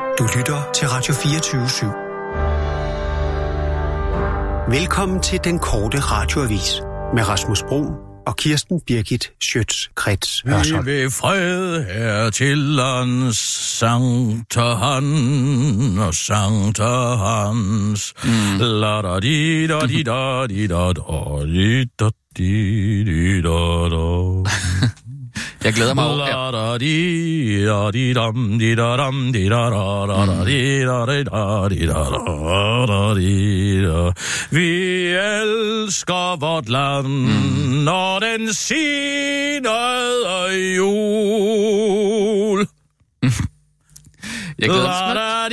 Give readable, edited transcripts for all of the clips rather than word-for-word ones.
Du lytter til Radio 24/7. Velkommen til den korte radioavis med Rasmus Bruun og Kirsten Birgit Schøtz-Krets Hørsholm. Vi vil fred her til lands, Sankta Hans. La da di da di da di da da di da di da da. Jeg glæder mig over. Vi elsker vort land, når den sinede jul. Jeg glæder mig.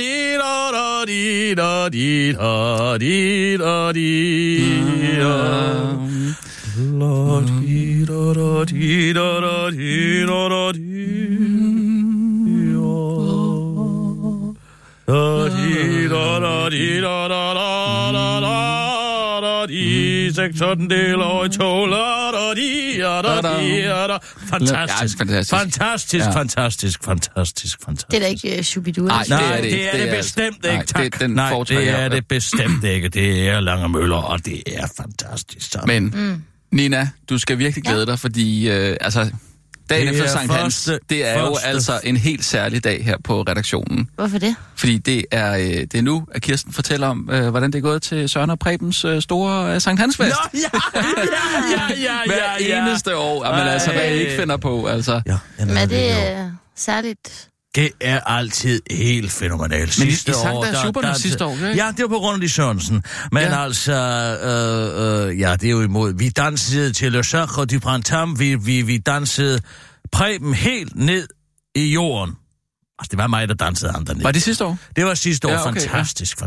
Fantastisk. Det er da ikke Shubidua. Nej, det er det bestemt ikke, tak. Nej, det er det bestemt ikke. Det er Lange Møller, og det er fantastisk. Men, Nina, du skal virkelig glæde dig, fordi dagen efter Sankt Hans, det er jo altså en helt særlig dag her på redaktionen. Hvorfor det? Fordi det er nu, at Kirsten fortæller om, hvordan det er gået til Søren og Prebens store Sankt Hans-fest. Ja. Hver eneste år, men altså, hvad I ikke finder på, altså. Ja, men det er særligt... Det er altid helt fænomenalt. Men I sang der Schubert sidste år, ikke? Ja, det var på grund af de Sørensen. Men altså, det er jo imod. Vi dansede til Le Sacre du Printemps. Vi dansede Preben helt ned i jorden. Altså, det var mig, der dansede ham dernede. Var det sidste år? Det var sidste år. Ja, okay, fantastisk.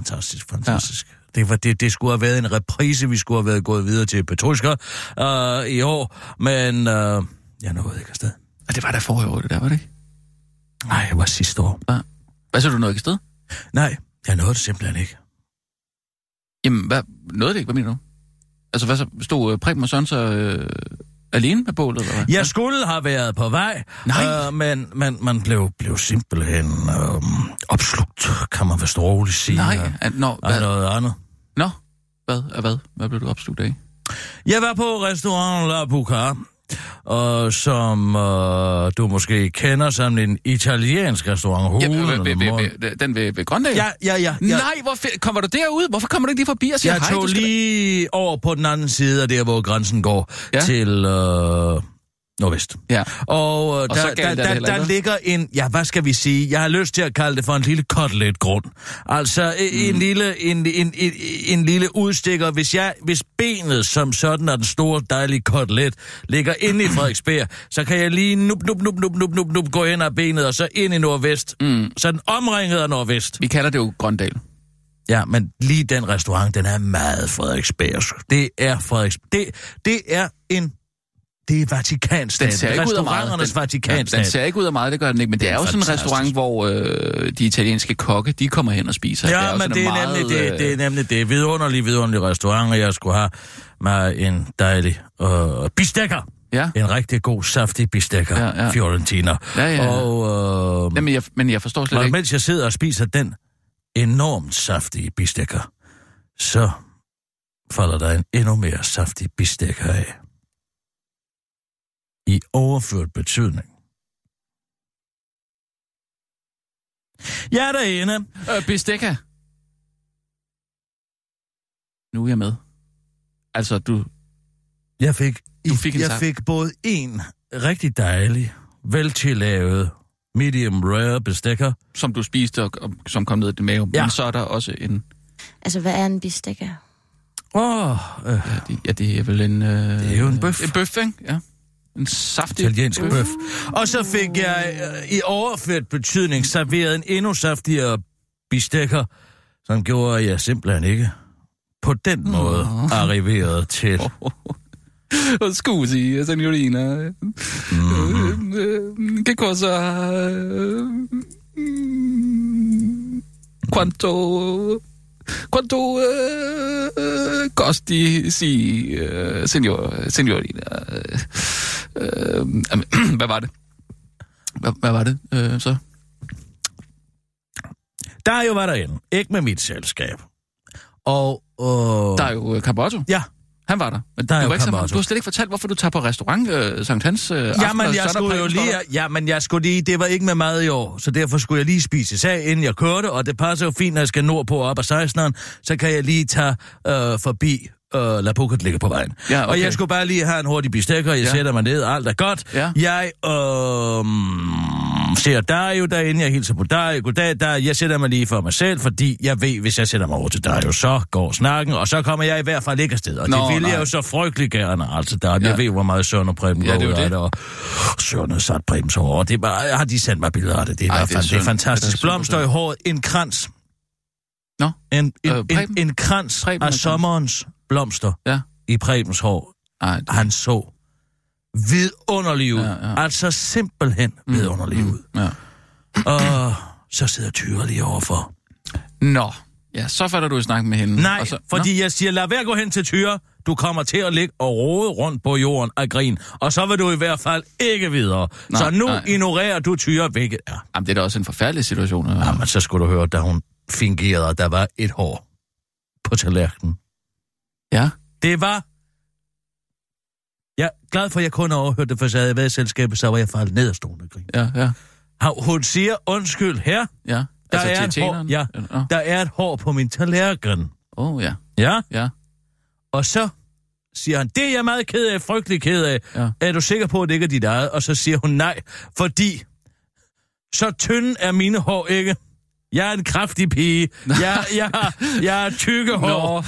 Ja. Det skulle have været en reprise. Vi skulle have været gået videre til Petrushka i år. Men jeg nåede ikke afsted. Og det var der forrige år, det der, var det ikke? Nej, det var sidste år. Ja. Hvad så, du nåede ikke afsted? Nej, jeg nåede det simpelthen ikke. Jamen, nåede det ikke? Hvad mener du? Altså, hvad så? Stod Preben og Søren så alene med bålet, eller hvad? Jeg skulle have været på vej, men man blev simpelthen opslugt, kan man vist roligt sige. Nej, noget andet. Nå, hvad? Hvad blev du opslugt af? Jeg var på restaurant La Buca, som du måske kender som en italiensk restaurant. Den ved Grøndal? Ja. Nej, kommer du derud? Hvorfor kommer du ikke lige forbi og siger hej? Jeg tog lige over på den anden side af der, hvor grænsen går til nordvest. Ja. Og der ligger en, hvad skal vi sige? Jeg har lyst til at kalde det for en lille koteletgrund. Altså en lille udstikker. Hvis benet som sådan er den store dejlige kotelet ligger inde i Frederiksberg, så kan jeg lige nup gå hen ad benet og så ind i nordvest. Så den omringet af nordvest. Vi kalder det jo Grøndal. Ja, men lige den restaurant, den er meget Frederiksbergsk. Det er Det er Vatikanstat. Restauranternes Vatikanstat. Den ser ikke ud af meget, det gør den ikke, men det er jo sådan en restaurant, hvor de italienske kokke, de kommer hen og spiser. Ja, men det er nemlig det. Vidunderlig restaurant, og jeg skulle have mig en dejlig bistækker. Ja. En rigtig god, saftig bistækker, Fiorentina. Ja. Og, men jeg forstår slet ikke. Mens jeg sidder og spiser den enormt saftige bistækker, så falder der en endnu mere saftig bistækker af. I overført betydning. Jeg er derinde. Bistækker. Nu er jeg med. Altså, Jeg fik både en rigtig dejlig, veltillavet, medium rare bistækker. Som du spiste, og som kom ned i din mave. Ja. Men så er der også en... Altså, hvad er en bistækker? Det er vel en... det er jo en bøf. En bøf, ikke? Ja. En saftig italiensk bøf. Og så fik jeg i overført betydning serveret en endnu saftigere bistækker, som gjorde, at jeg simpelthen ikke på den måde arriverede til. Scusi, signorina. Che cosa... Quanto costi, signorina. Hvad var det? Hvad var det så? Dario var derinde, ikke med mit selskab. Og... Der er jo Campotto. Ja. Han var der. Men Der er du jo har Campotto. Du har slet ikke fortalt, hvorfor du tager på restaurant Sankt Hans aften. Men jeg skulle lige... Det var ikke med mad i år, så derfor skulle jeg lige spise sag, inden jeg kørte, og det passer jo fint, når jeg skal nordpå op ad 16'eren, så kan jeg lige tage forbi La Pucat ligger på vejen. Ja, okay. Og jeg skulle bare lige have en hurtig bistækker, jeg sætter mig ned, alt er godt. Ja. Jeg ser Dario derinde, jeg hilser på Dario. Goddag, Dario. Jeg sætter mig lige for mig selv, fordi jeg ved, hvis jeg sætter mig over til Dario, så går snakken, og så kommer jeg i hvert fald ikke afsted. Og det vil jeg jo så frygtelig gerne, altså der. Jeg ved, hvor meget Søren og Preben går ud af det, og Søren har sat Prebens hår, og det var, har de sendt mig billeder af det. Det er fantastisk. Blomster i håret, en krans. Nå? En krans af sommerens blomster i Prebens hår. Han så vidunderlig ud. Ja. Altså simpelthen vidunderlig ud. Ja. Og så sidder Tyre lige overfor. Nå, ja, så fatter du snakke med hende. Nej, fordi jeg siger, lad være gå hen til Tyre. Du kommer til at ligge og rode rundt på jorden af grin. Og så vil du i hvert fald ikke videre. Så nu ignorerer du Tyre, hvilket er. Jamen, det er da også en forfærdelig situation. Jamen, så skulle du høre, da hun fingerede, at der var et hår på tallerkenen. Ja. Det var... Jeg er glad for, at jeg kun har overhørt det, for så havde jeg været i selskabet, så var jeg faldet ned af stolen og grin. Ja. Hun siger, undskyld her. Ja. Der er et hår på min tallerken. Ja. Ja? Og så siger han, det er jeg meget ked af, frygtelig ked af. Ja. Er du sikker på, at det ikke er dit eget? Og så siger hun nej, fordi så tynde er mine hår ikke. Jeg er en kraftig pige. Jeg er tykke hår.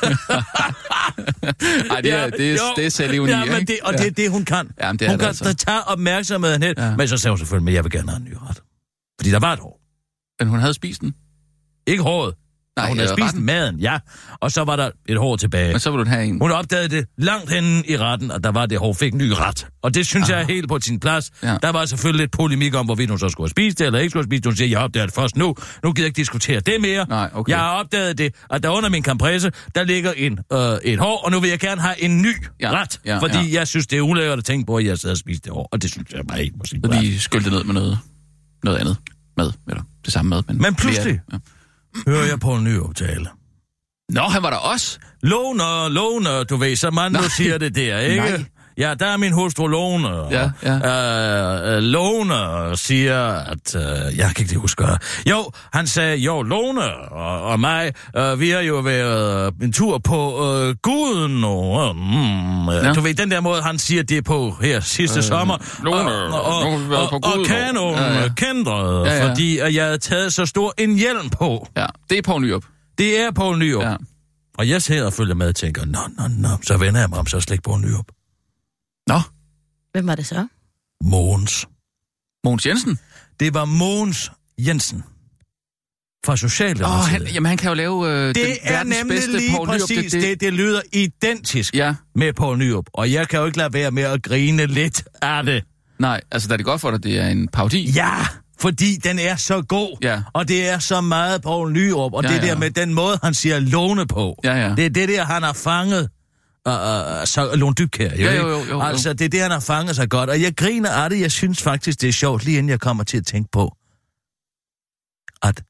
Ej, det er selvivni, ja, men det, og det er det, hun kan. Jamen, det hun kan altså. tage opmærksomheden hen. Ja. Men så sagde hun selvfølgelig, at jeg vil gerne have en ny ret. Fordi der var et hår. Men hun havde spist den? Ikke håret. Nej, hun havde spist maden, ja. Og så var der et hår tilbage. Men så ville du have en. Hun opdagede det langt henne i retten, og der var det hår fik en ny ret. Og det synes jeg er helt på sin plads. Ja. Der var selvfølgelig lidt polemik om, hvorvidt hun så skulle have spist det, eller ikke skulle have spist det. Hun siger, jeg opdagede det først nu. Nu gider jeg ikke diskutere det mere. Nej, okay. Jeg har opdaget det, at der under min kompresse, der ligger et hår, og nu vil jeg gerne have en ny ret. Ja, fordi jeg synes, det er ulækkert at tænke på, at jeg sidder og spiser det hår. Og det synes jeg bare ikke må sige. Fordi skyldte ned med noget andet mad, eller det samme mad. Men pludselig hører jeg på en ny optale. Nå, han var der også? Lone, du ved, så man nu siger det der, ikke? Nej. Ja, der er min hustru Lone. Ja. Lone siger, at... jeg kan ikke huske. Jo, han sagde, Lone og mig, vi har jo været en tur på Guden. Du ved, den der måde, han siger det på her sidste sommer. Lone, og kanonen kendrede, fordi jeg havde taget så stor en hjelm på. Ja, det er Poul Nyrup. Det er Poul Nyrup. Ja. Og jeg sidder og følger med og tænker, nå, så vender jeg mig om, så slet ikke Poul Nyrup. Nå. Hvem var det så? Mogens Jensen? Det var Mogens Jensen. Fra Socialdemokratiet. Jamen, han kan jo lave det er nemlig lige Poul præcis det lyder identisk med Poul Nyrup. Og jeg kan jo ikke lade være med at grine lidt af det. Nej, altså der er det godt for dig, det er en parodi. Ja, fordi den er så god, og det er så meget Poul Nyrup, og det der med den måde, han siger Lone på. Det er det der, han har fanget. Så Lone Dybkjær, jo. Altså, det er det, han har fanget sig godt. Og jeg griner af det. Jeg synes faktisk, det er sjovt, lige inden jeg kommer til at tænke på, at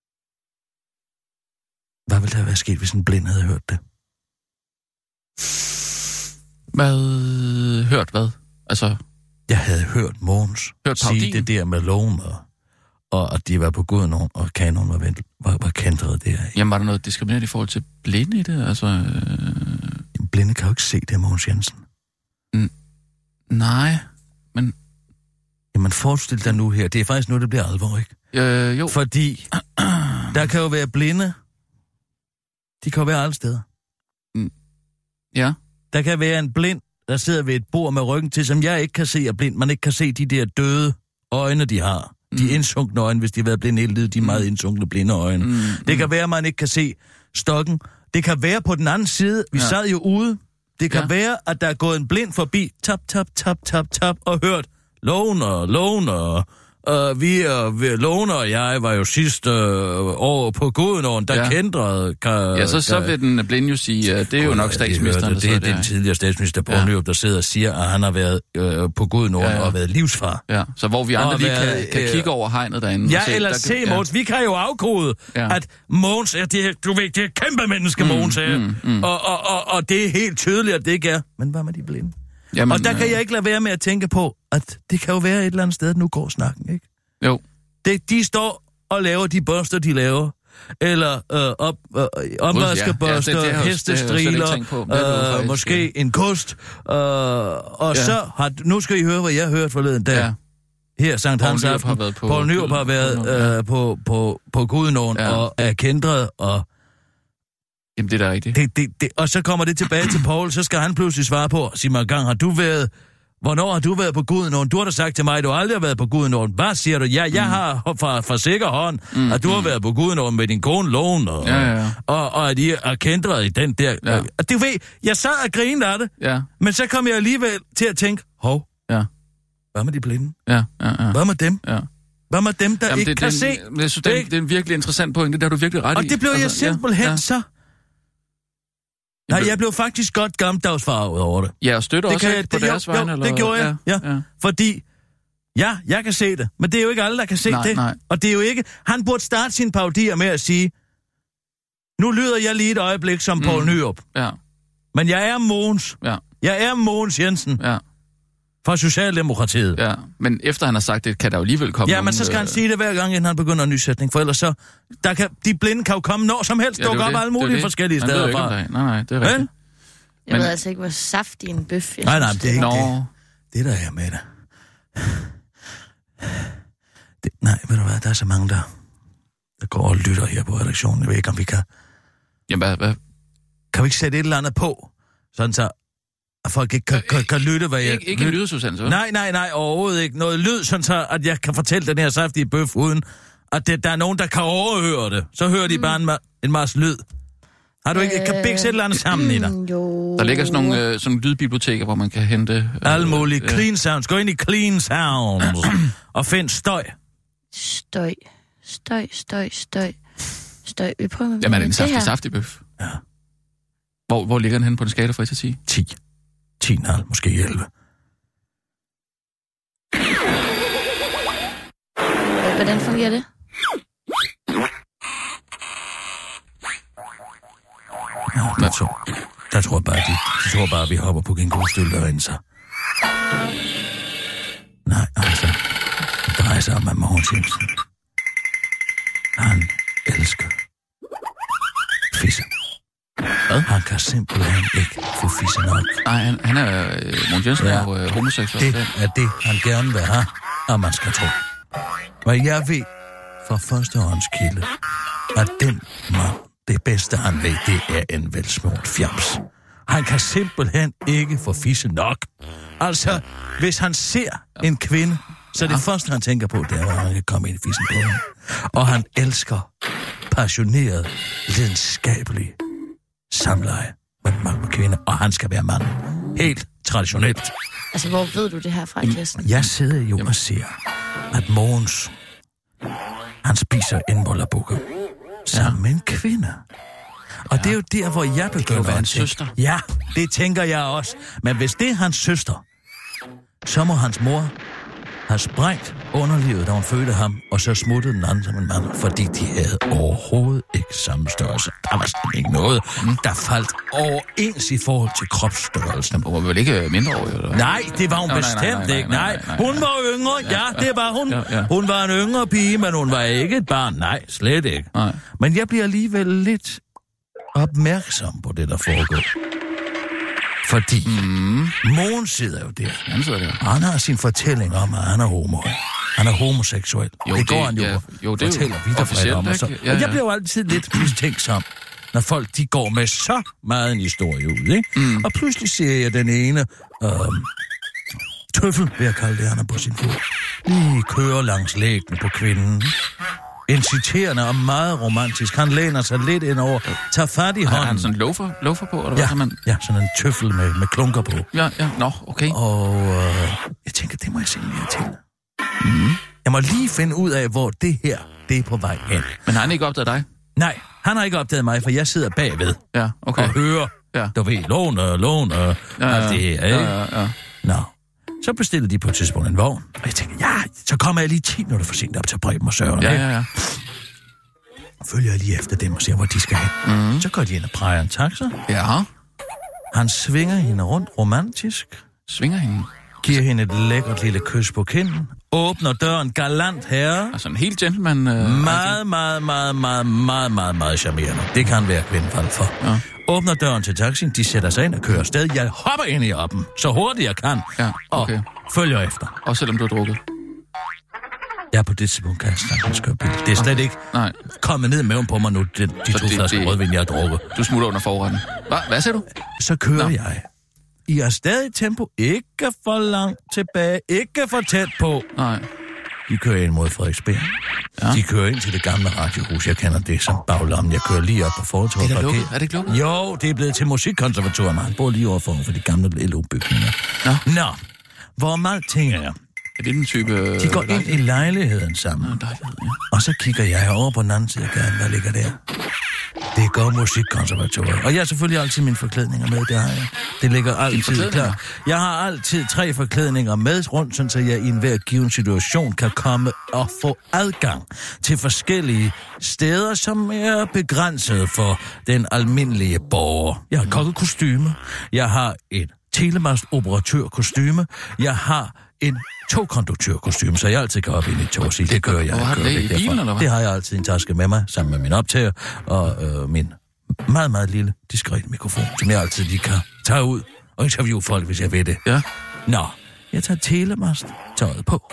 hvad ville der være sket, hvis en blind havde hørt det? Hørt hvad? Altså... Jeg havde hørt Mogens sige det der med Lone, og at de var på Guden, og kanonen var kæntret der. Jamen, var der noget diskriminerende i forhold til blinde i det? Altså... Blinde kan jo ikke se det, Mogens Jensen. Nej, men... Jamen, forestil dig nu her. Det er faktisk nu, det bliver alvor, ikke? Jo. Fordi der kan jo være blinde. De kan jo være alle steder. Ja. Der kan være en blind, der sidder ved et bord med ryggen til, som jeg ikke kan se er blind. Man ikke kan se de der døde øjne, de har. De indsunkne øjne, hvis de har været blinde hele livet. De meget indsunkne blinde øjne. Det kan være, at man ikke kan se stokken. Det kan være på den anden side. Vi sad jo ude. Det kan være, at der er gået en blind forbi. Tap, og hørt Lone, Lone og jeg var jo sidste år på Gudenåen, der kendte... Så vil den blinde jo sige, det er jo nok statsministeren, det er den tidligere statsminister, Poul Nyrup, der sidder og siger, at han har været på Gudenåen og været livsfar. Ja, så hvor vi andre lige kan kigge over hegnet derinde. Ja, eller se Mogens. Vi kan jo afkode, at Mogens er det, du ved, det er kæmpe menneske, Mogens er. Og det er helt tydeligt, at det ikke er. Men hvad med de blinde? Jamen, og der kan jeg ikke lade være med at tænke på, at det kan jo være et eller andet sted, at nu går snakken, ikke? Jo. De står og laver de børster, de laver. Eller opvaskebørster, hestestriler, måske en kost. Så har... Nu skal I høre, hvad jeg hørte forleden dag. Ja. Her Sankt Hans aften. Poul Nyrup har været på Gudenåen og er kendret og... Jamen, det er da rigtigt. Og så kommer det tilbage til Poul, så skal han pludselig svare på, sig mig en gang, hvornår har du været på Gudenåen? Du har da sagt til mig, at du aldrig har været på Gudenåen. Hvad siger du? Ja, jeg har fra sikker hånd, at du har været på Gudenåen med din kone Lone, og at I er kendret i den der... Ja. Og du ved, jeg sad og grinede af det, men så kom jeg alligevel til at tænke, hvad med de blinde? Hvad med dem? Ja. Hvad med dem, der ikke kan se? Det er en virkelig interessant pointe, det har du virkelig ret i. Og det blev jeg simpelthen så... Nej, jeg blev faktisk godt gammeldagsfarvet over det. Ja, og støtter også på deres vegne? Jo, det gjorde jeg, ja. Fordi, jeg kan se det, men det er jo ikke alle, der kan se det. Nej. Og det er jo ikke... Han burde starte sine parodier med at sige, nu lyder jeg lige et øjeblik som Poul Nyrup. Ja. Men jeg er Mogens. Ja. Jeg er Mogens Jensen. Ja. Fra Socialdemokratiet. Ja, men efter han har sagt det, kan der jo alligevel komme men så skal han sige det hver gang, inden han begynder en ny sætning. For ellers så... de blinde kan jo komme når som helst, dukke op alle mulige forskellige steder fra. Nej, det er rigtigt. Jeg ved altså ikke, hvor saftig en bøf. Nej, det er ikke det. Det der er med det. Nej, ved du hvad, der er så mange, der går og lytter her på redaktionen. Jeg ved ikke, om vi kan... Jamen, hvad? Kan vi ikke sætte et eller andet på, sådan så... at folk ikke kan lytte, hvad jeg... Ikke en lyd, Susanne, så? Nej, overhovedet ikke. Noget lyd, sådan så, at jeg kan fortælle den her saftige bøf, uden at der er nogen, der kan overhøre det. Så hører de bare en masse lyd. Har du ikke... Kan begge sætte et eller andet sammen i dig? Der ligger sådan nogle lydbiblioteker, hvor man kan hente... Alle mulige clean sounds. Gå ind i clean sounds og find støj. Støj. Vi prøver med jamen, er det en saftig bøf? Ja. Hvor ligger den henne på den skala fra 1 til 10? 10. 10,5, måske 11. Hvordan fungerer det? Ja, der tror jeg bare, at vi hopper på kængurustøl derinde, så. Nej, altså, det drejer sig om, at Mogens Jensen, han elsker fisse. Hvad? Han kan simpelthen ikke få fisse nok. Nej, han er... Mogens Jensen er jo homoseksuel. Det er det, han gerne vil have, og man skal tro. Og jeg ved fra førstehåndskilde, at den mand, det bedste han ved, det er en velsmurt fjams. Han kan simpelthen ikke få fisse nok. Altså, hvis han ser en kvinde, så det første, han tænker på, det er, at han kan komme ind i fissen på hende. Og han elsker passioneret, lidenskabelig samleje med mand og kvinde, og han skal være mand. Helt traditionelt. Altså, hvor ved du det her fra, Kirsten? Jeg sidder jo og siger, at Mogens, han spiser en bollerbukke sammen med en kvinde. Og det er jo der, hvor jeg begynder at tænke. Søster. Ja, det tænker jeg også. Men hvis det er hans søster, så må hans mor have sprængt underlivet, da hun fødte ham, og så smuttede den anden som en mand, fordi de havde overhovedet ikke samme størrelse. Der var slet ikke noget, der faldt overens i forhold til kropsstørrelsen. Hun var vel ikke mindreårig, eller? Nej, det var hun bestemt ikke. Nej, hun var yngre. Ja, det var hun. Hun var en yngre pige, men hun var ikke et barn. Nej, slet ikke. Nej. Men jeg bliver alligevel lidt opmærksom på det, der foregår. Fordi Mogens sidder jo der. Han sidder der. Han har sin fortælling om, at han er homo. Han er homoseksuel. Det går han jo fortæller vidt om. Og jeg bliver jo altid lidt mistænksom, når folk de går med så meget en historie ud, ikke? Og pludselig ser jeg den ene tøffel, vil jeg kalde det, han er på sin fod. Lige kører langs læggene på kvinden. Inciterende og meget romantisk. Han læner sig lidt ind over, tager fat i hånden. Har han sådan en loafer på, eller hvad man? Ja, sådan en tøffel med klunker på. Ja, nå, okay. Og jeg tænker, det må jeg se mere til. Jeg må lige finde ud af, hvor det her, det er på vej hen. Men har han ikke opdaget dig? Nej, han har ikke opdaget mig, for jeg sidder bagved. Ja, okay. Og hører, du ved, lån, alt det her, ikke? Ja. Nå, så bestiller de på et tidspunkt en vogn, og jeg tænker, så kommer jeg lige 10 minutter for sent op til Preben og Søren, ikke? Ja. Følger jeg lige efter dem og ser, hvor de skal hen. Så går de ind og præger en taxa. Ja. Han svinger hende rundt romantisk. Svinger hende? Giver hende et lækkert lille kys på kinden. Åbner døren galant herre. Altså en helt gentleman... Meget charmerende. Det kan være kvindefald for. Ja. Åbner døren til taxien, de sætter sig ind og kører afsted. Jeg hopper ind i oppen, så hurtigt jeg kan. Ja, okay. Og følger efter. Også selvom du har drukket? Jeg er på det tidspunkt bil. Det er slet ikke kommet ned i maven på mig nu, de 2 flasker rødvin, jeg har drukket. Du smutter under forretten. Hvad siger du? Så kører jeg. I er stadig tempo. Ikke for langt tilbage. Ikke for tæt på. Nej. De kører ind mod Frederiksberg. Ja. De kører ind til det gamle radiohus. Jeg kender det som baglommen. Jeg kører lige op på fortorvet. Det er lukket. Er det ikke lukket? Jo, det er blevet til musikkonservatoriet. Han bor lige overfor for de gamle LO-bygninger. Nå. Hvor meget tænker jeg? Er det den type... De går ind i lejligheden sammen. Og så kigger jeg over på den anden side af gaden. Hvad ligger der? Det går musikkonservatoriet. Og jeg har selvfølgelig altid mine forklædninger med, det har jeg. Det ligger altid klar. Jeg har altid 3 forklædninger med rundt, så jeg i enhver given situation kan komme og få adgang til forskellige steder, som er begrænset for den almindelige borger. Jeg har kokkekostyme. Jeg har et telemast-operatørkostyme. Jeg har en togkonduktørkostyme, så jeg altid kan op ind i et tog og sige, det gør jeg. Hvor har du det i bilen, eller hvad? Det har jeg altid en taske med mig, sammen med min optager og min meget, meget lille, diskret mikrofon, som jeg altid lige kan tage ud og interviewe folk, hvis jeg ved det. Ja. Nå, jeg tager telemast-tøjet på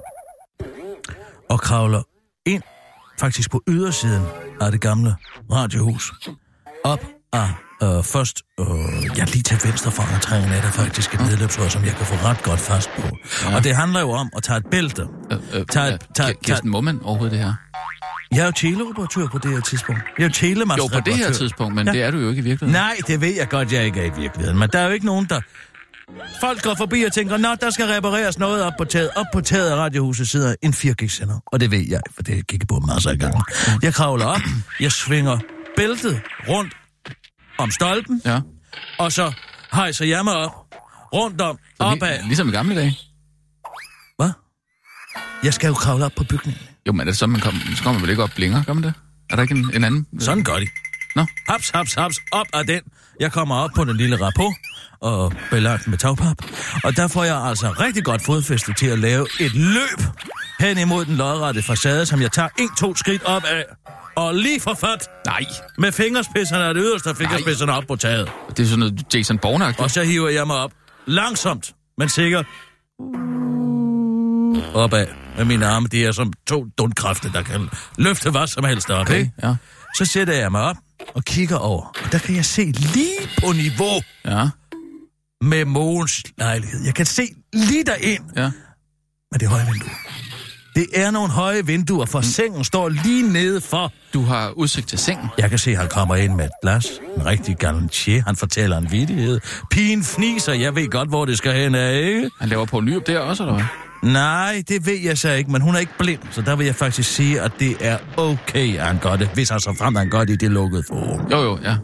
og kravler ind, faktisk på ydersiden af det gamle radiohus, op af først, lige til venstre for entréen er der faktisk et nedløbsrør, som jeg kan få ret godt fast på. Ja. Og det handler jo om at tage et bælte. Kirsten, må man overhovedet det her? Jeg er jo teleoperatør på det her tidspunkt. Jeg er jo telemast-reparatør. Jo, på det her tidspunkt, men det er du jo ikke i virkeligheden. Nej, det ved jeg godt, jeg ikke er i virkeligheden. Men der er jo ikke nogen, der... Folk går forbi og tænker, nå, der skal repareres noget op på taget. Op på taget af radiohuset sidder en 4G-sender. Og det ved jeg, for det gik på masser af gange. Jeg kravler op, jeg svinger bæltet rundt om stolpen, og så hejser jeg mig op, rundt om, opad. Ligesom i gamle dage. Hvad? Jeg skal jo kravle op på bygningen. Jo, men er det så, så kommer man vel ikke op længere, gør man det? Er der ikke en anden? Sådan gør de. Nå. Haps, op ad den. Jeg kommer op på den lille rapport, og belagt med tagpap. Og der får jeg altså rigtig godt fodfæste til at lave et løb hen imod den lodrette facade, som jeg tager 1-2 skridt op af. Og lige for fat. Nej. Med fingerspidserne af det yderste af fingerspidserne op på taget. Det er sådan noget Jason Bourne-agtigt. Og så hiver jeg mig op. Langsomt, men sikkert. Opad med mine arme. Det er som 2 dundkræfter, der kan løfte hvad som helst op. Okay, ja. Så sætter jeg mig op og kigger over. Og der kan jeg se lige på niveau med Mogens lejlighed. Jeg kan se lige derind. Ja. Men det er høje vinduer. Det er nogle høje vinduer, for sengen står lige nede for. Du har udsigt til sengen. Jeg kan se, at han kommer ind med et glas. En rigtig galantier. Han fortæller en vittighed. Pigen fniser. Jeg ved godt, hvor det skal hen af, ikke? Han laver på nyop der også, eller hvad? Nej, det ved jeg så ikke, men hun er ikke blind. Så der vil jeg faktisk sige, at det er okay, at han gør det. Hvis han så frem, han gør det i det lukkede forum. Jo, ja.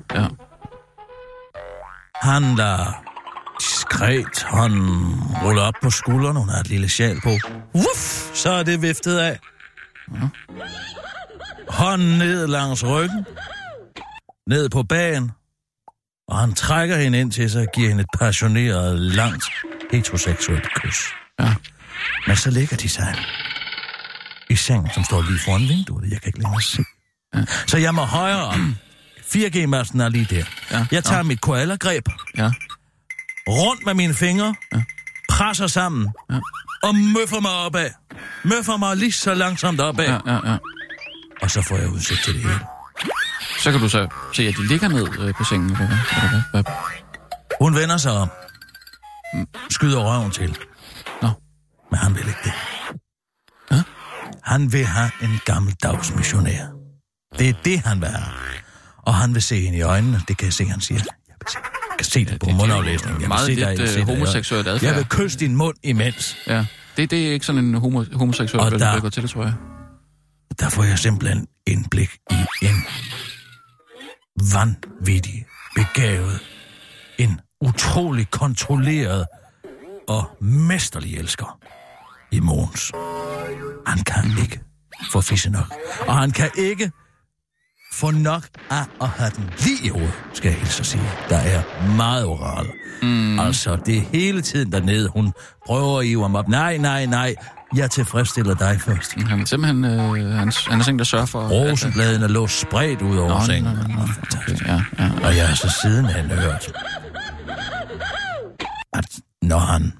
Han lader diskret hånden ruller op på skulderen. Hun har et lille sjal på. Wuff, så er det viftet af. Ja. Hånden ned langs ryggen. Ned på bagen. Og han trækker hende ind til sig og giver hende et passioneret, langt, heteroseksuelt kys. Ja. Men så ligger de sig i sengen, som står lige foran vinduet. Jeg kan ikke længere se. Ja. Så jeg må højere op. 4G-masten er lige der. Ja. Jeg tager mit koala-greb. Ja. Rundt med mine fingre. Ja. Presser sammen. Ja. Og møffer mig opad. Møffer mig lige så langsomt opad. Ja. Og så får jeg udsigt til det hele. Så kan du så se, at de ligger ned på sengen. Hvad? Hun vender sig om. Skyder røven til. Nå. Men han vil ikke det. Ja? Han vil have en gammeldags missionær. Det er det, han vil have. Og han vil se hende i øjnene. Det kan jeg se, han siger. Jeg vil se kan se det på mundaflæsningen. Meget lidt homoseksuelt adfærd. Jeg vil kysse din mund imens. Ja, det er ikke sådan en homoseksuel, der går til det, tror jeg. Der får jeg simpelthen indblik i en vanvittig, begavet, en utrolig kontrolleret og mesterlig elsker i Mogens. Han kan ikke få fisse nok. Og han kan ikke få nok af at have den lige i hovedet, skal jeg hilse at sige. Der er meget oral. Altså, det er hele tiden dernede. Hun prøver at hive ham op. Nej. Jeg tilfredsstiller dig først. Han er simpelthen han er sådan, der sørger for... Rosenbladene lå spredt ud over sengen. Fantastisk. Ja. Og jeg har så sidenhen hørt, at når han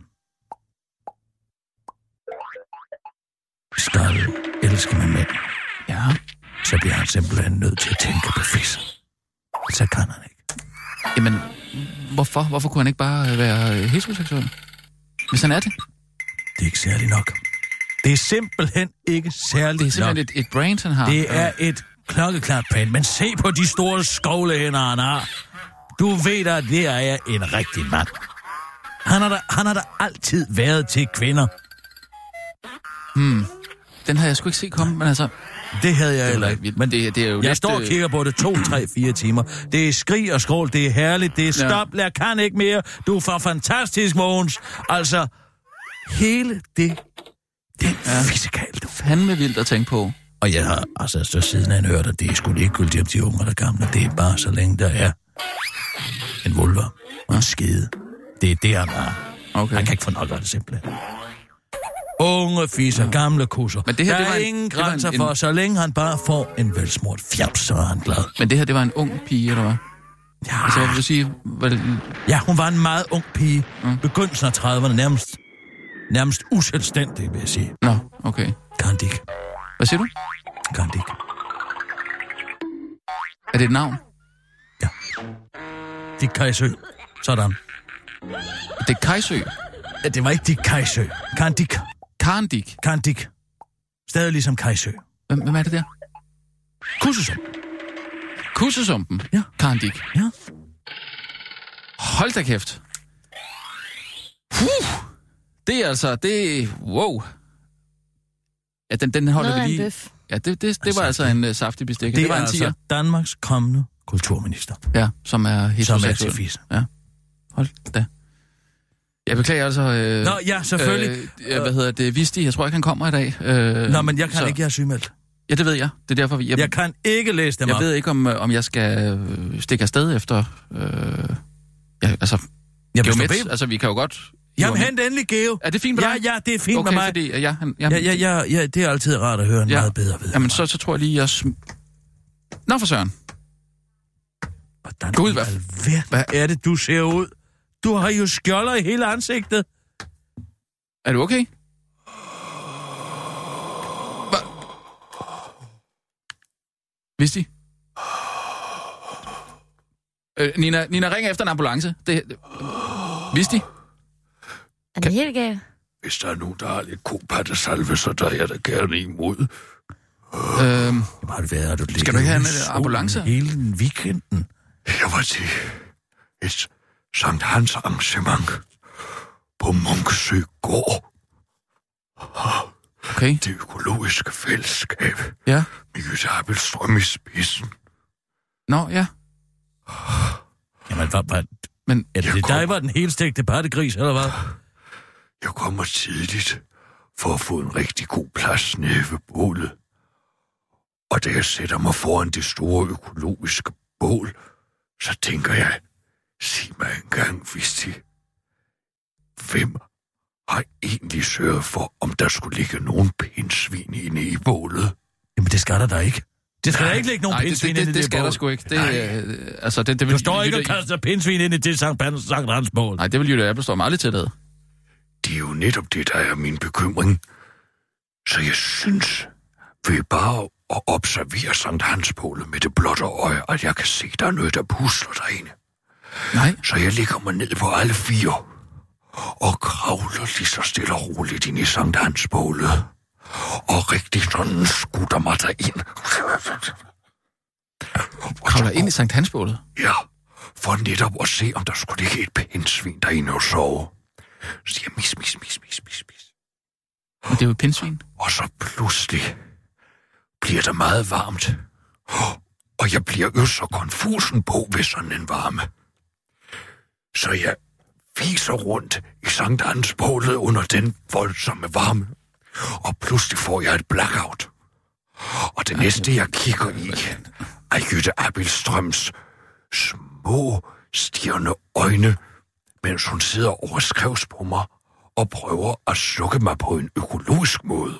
skal elske med mænd, så bliver han simpelthen nødt til at tænke på fisse. Så kan han ikke. Jamen, hvorfor kunne han ikke bare være heteroseksuel? Hvis han er det? Det er ikke særlig nok. Det er simpelthen ikke særlig nok. Det er simpelthen et brand, han har. Det er et klokkeklart brand, men se på de store skovlehænder, han har. Du ved da, at det er en rigtig mand. Han har da altid været til kvinder. Den havde jeg sgu ikke set komme, men altså... Det havde jeg heller ikke. Men det er jo jeg står og kigger på det 2, 3, 4 timer. Det er skrig og skrål, det er herligt, det er stop, jeg kan ikke mere. Du er for fantastisk, Mogens. Altså, hele det fiskalt. Fandme vildt at tænke på. Og jeg har altså så siden han hørt, at det er sgu ligegyldigt om de unge eller gamle. Det er bare så længe der er en vulva og en skede. Det er det, han har. Okay. Han kan ikke få nok af det simpelthen. Unge fiser, gamle kusser. Men det her, der er ingen grænser for, så længe han bare får en velsmurt fjaps, så er han glad. Men det her, det var en ung pige, eller hvad? Ja. Altså, jeg vil sige... Ja, hun var en meget ung pige. Begyndelsen af 30'erne, nærmest uselvstændig, vil jeg sige. Nå, okay. Kandik. Hvad siger du? Kandik. Er det et navn? Ja. Dick Kajsø. Sådan. Det er Kajsø? Ja, det var ikke Dick Kajsø. Kandik. Kandik. Stadig ligesom Kajsø. Hvem er det der? Kussesumpen? Ja. Kandik? Ja. Hold da kæft. Det er altså, wow. Ja, den holder vi lige. Ja, det var altså en saftig bestik. Det var er en tiger. Altså Danmarks kommende kulturminister. Ja, som er heteroseksuel. Som er til ja. Hold da. Jeg beklager altså... Nå, ja, selvfølgelig. Hvad hedder det? Visti, jeg tror ikke, han kommer i dag. Nå, men jeg kan ikke, jeg er sygemeldt. Ja, det ved jeg. Det er derfor, jeg kan ikke læse dem op. Jeg ved ikke, om jeg skal stikke afsted efter... Altså, vi kan jo godt... Jamen, hent endelig, Geo. Er det fint med dig? Ja, det er fint med mig. Fordi, ja, det er altid rart at høre en meget bedre ved. Jamen, så tror jeg lige, jeg... Nå, for søren. Gud, hvad er det, du ser ud? Du har jo skjolder i hele ansigtet. Er du okay? Vidste I? Nina, ring efter en ambulance. Vidste I? Er det helt galt? Hvis der er nogen, der har lidt kopattesalve, så der er jeg da gerne imod. Skal du ikke have en ambulance? Hele weekenden. Jeg var til et Sankt Hans arrangement på Munksø Gård. Okay. Det økologiske fællesskab. Ja. Med Jytte Abelstrøm i spidsen. Nå, ja. Jamen, men er det dig, var den helt stegte pattegris, eller hvad? Jeg kommer tidligt for at få en rigtig god plads nede ved bålet. Og da jeg sætter mig foran det store økologiske bål, så tænker jeg, sig mig engang, Visti, hvem har egentlig sørget for, om der skulle ligge nogen pindsvin inde i bålet? Jamen, det skal der da ikke. Det skal der ikke ligge nogen pindsvin inde i det bål. Det skal der sgu ikke. Du står ikke og kaster pindsvin ind i det Sankt Hans bål. Nej, det vil Jytte Abelstrøm meget lidt til det. Det er jo netop det, der er min bekymring. Så jeg synes, ved bare at observere Sankt Hans-bålet med det blotte øje, at jeg kan se, der er noget, der pusler derinde. Nej. Så jeg ligger mig ned på alle 4 og kravler lige så stille og roligt ind i Sankt Hans-bålet. Og rigtig sådan skutter mig derind. Kravler ind i Sankt Hans-bålet? Ja, for netop at se, om der skulle ligge et pindsvin derinde og sove. Så siger jeg, mis. Men det er jo et pindsvin. Og så pludselig bliver der meget varmt. Og jeg bliver jo så konfusen på ved sådan en varme. Så jeg fiser rundt i Sankt Hans bålet under den voldsomme varme. Og pludselig får jeg et blackout. Og det næste, jeg kigger i, er Jytte Abildstrøms små, stirrende øjne, mens hun sidder overskrevs på mig og prøver at slukke mig på en økologisk måde.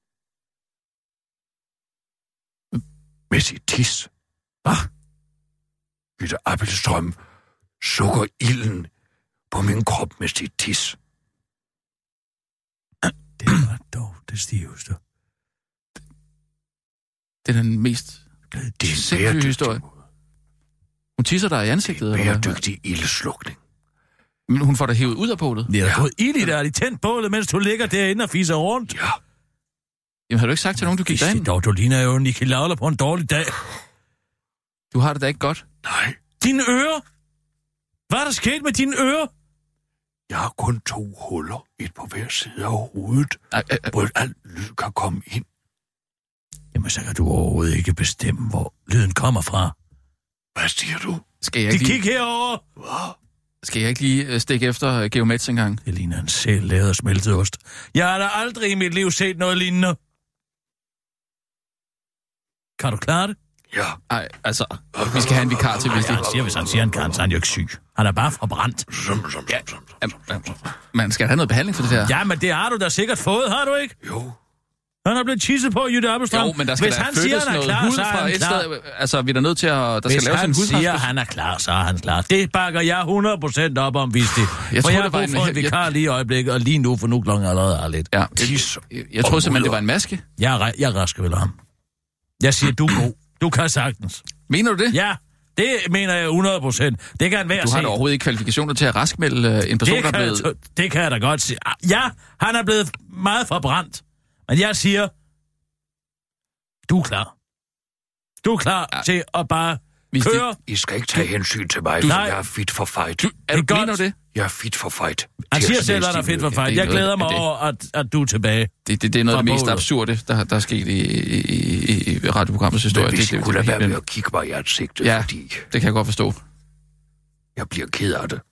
Med sit tis. Hvad? Jytte Abildstrøm sukker ilden på min krop med sit tis. Det var dog det stiveste. Det er den mest sindssyge historie. Hun tisser dig i ansigtet, eller hvad? Bæredygtig ildeslukning. Men hun får dig hævet ud af bålet? Det er gået ild i der, de tændt bålet, mens du ligger derinde og fiser rundt. Ja. Jamen, har du ikke sagt til nogen, du gik derind? Dog, du ligner jo Nicky Lauder på en dårlig dag. Du har det da ikke godt. Nej. Dine ører? Hvad er der sket med dine ører? Jeg har kun 2 huller, et på hver side af hovedet, hvor alt lyd kan komme ind. Jamen, så kan du overhovedet ikke bestemme, hvor lyden kommer fra. Hvad siger du? Skal jeg ikke Kig herover. Hvad? Skal jeg ikke lige stikke efter Geomets engang? Det ligner en sæl lavet af smeltet ost. Jeg har da aldrig i mit liv set noget lignende. Kan du klare det? Ja. Nej, altså, vi skal have en vikar til, Hvis han siger, han kan, så er han jo ikke syg. Han er bare forbrændt. Man skal have noget behandling for det her. Ja, men det har du da sikkert fået, har du ikke? Jo. Han er blevet tisset på, Jytte Abildstrøm. Jo, men der skal Hvis da han flyttes siger, han er noget klar, hud så er fra han et klar. sted. Altså, vi er da nødt til at... Der Hvis skal laves en han siger, hudtransplantation. han er klar, så er han klar. Det bakker jeg 100% op om, hvis det. Jeg For tror, jeg har det var brug for en vikar lige i øjeblikket, og lige nu, for nu klokken allerede er lidt. Ja, jeg troede simpelthen, det var en maske. Jeg er rask ved ham. Jeg siger, du er god. Du kan sagtens. Mener du det? Ja, det mener jeg 100%. Det kan være Du har da overhovedet ikke kvalifikationer til at raskmelde en person, der er blevet... Det kan jeg da godt sige. Ja, han er blevet meget forbrændt. Men jeg siger, du er klar. Du er klar til at bare køre. I skal ikke tage hensyn til mig, for jeg er fit for fight. Mener du det? Jeg er fit for fight. Han siger selv, at han er fit for fight. Jeg glæder mig over, at du er tilbage. Det er noget af det mest absurde, der er sket i radioprogrammets historie. Men hvis I kunne lade være med at kigge mig i ansigtet, ja, fordi... det kan jeg godt forstå. Jeg bliver ked af det.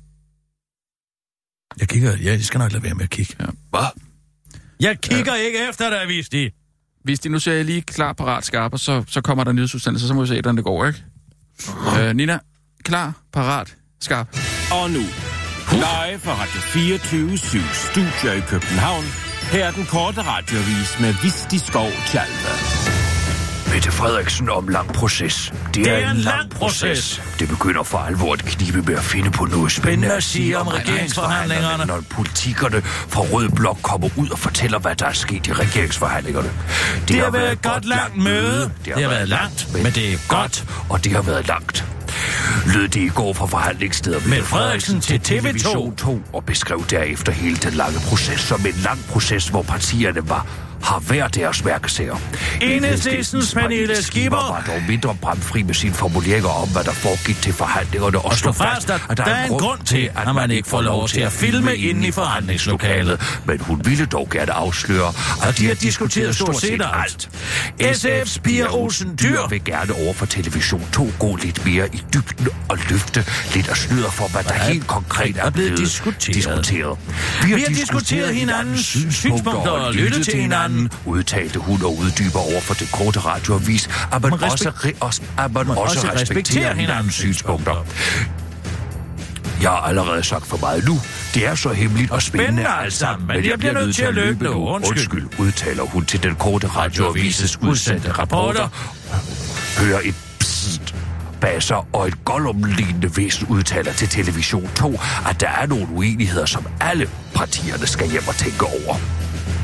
Jeg skal nok lade være med at kigge. Ja. Hvad? Jeg kigger ikke efter dig, Visti. Hvis de nu ser lige klar, parat, skarp, og så kommer der nyhedsudsendelse, så må vi se, hvordan det går, ikke? Nina, klar, parat, skarp. Og nu, live fra Radio 24/7 Studio i København. Her er den korte radioavis med Visti Skov Tjalve. Mette Frederiksen om lang proces. Det er en lang proces. Det begynder for alvor at knibe med at finde på noget spændende at sige om regeringsforhandlingerne. Når politikerne fra Rød Blok kommer ud og fortæller, hvad der er sket i regeringsforhandlingerne. Det har været et godt langt møde. Det har været langt, men det er godt. Og det har været langt. Lød det i går fra forhandlingssteder Mette Frederiksen til TV2 og beskrev derefter hele den lange proces som en lang proces, hvor partierne har hver deres mærkesager. Enhedslistens Pernille Skipper var dog mindre bramfri med sine formuleringer om, hvad der foregik til forhandlingerne, og slog fast, at der er en grund til, at man ikke får lov til at filme inde i forhandlingslokalet. Men hun ville dog gerne afsløre, at de har diskuteret stort set alt. SF's Pia Olsen Dyr vil gerne over for TV2 gå lidt mere i dybden og løfte lidt af sløret for, hvad der helt konkret er blevet diskuteret. Vi har diskuteret hinandens synspunkter og lyttet til hinanden, udtalte hun og uddyber over for det korte radioavis, at man også respekterer hinandens synspunkter. Jeg har allerede sagt for meget nu. Det er så hemmeligt og spændende alt sammen, men jeg bliver nødt til at løbe nu. Undskyld, udtaler hun til den korte radioavises udsendte rapporter. Hører et psst, basser og et Gollum-lignende væsen udtaler til TV2 2, at der er nogle uenigheder, som alle partierne skal hjem og tænke over.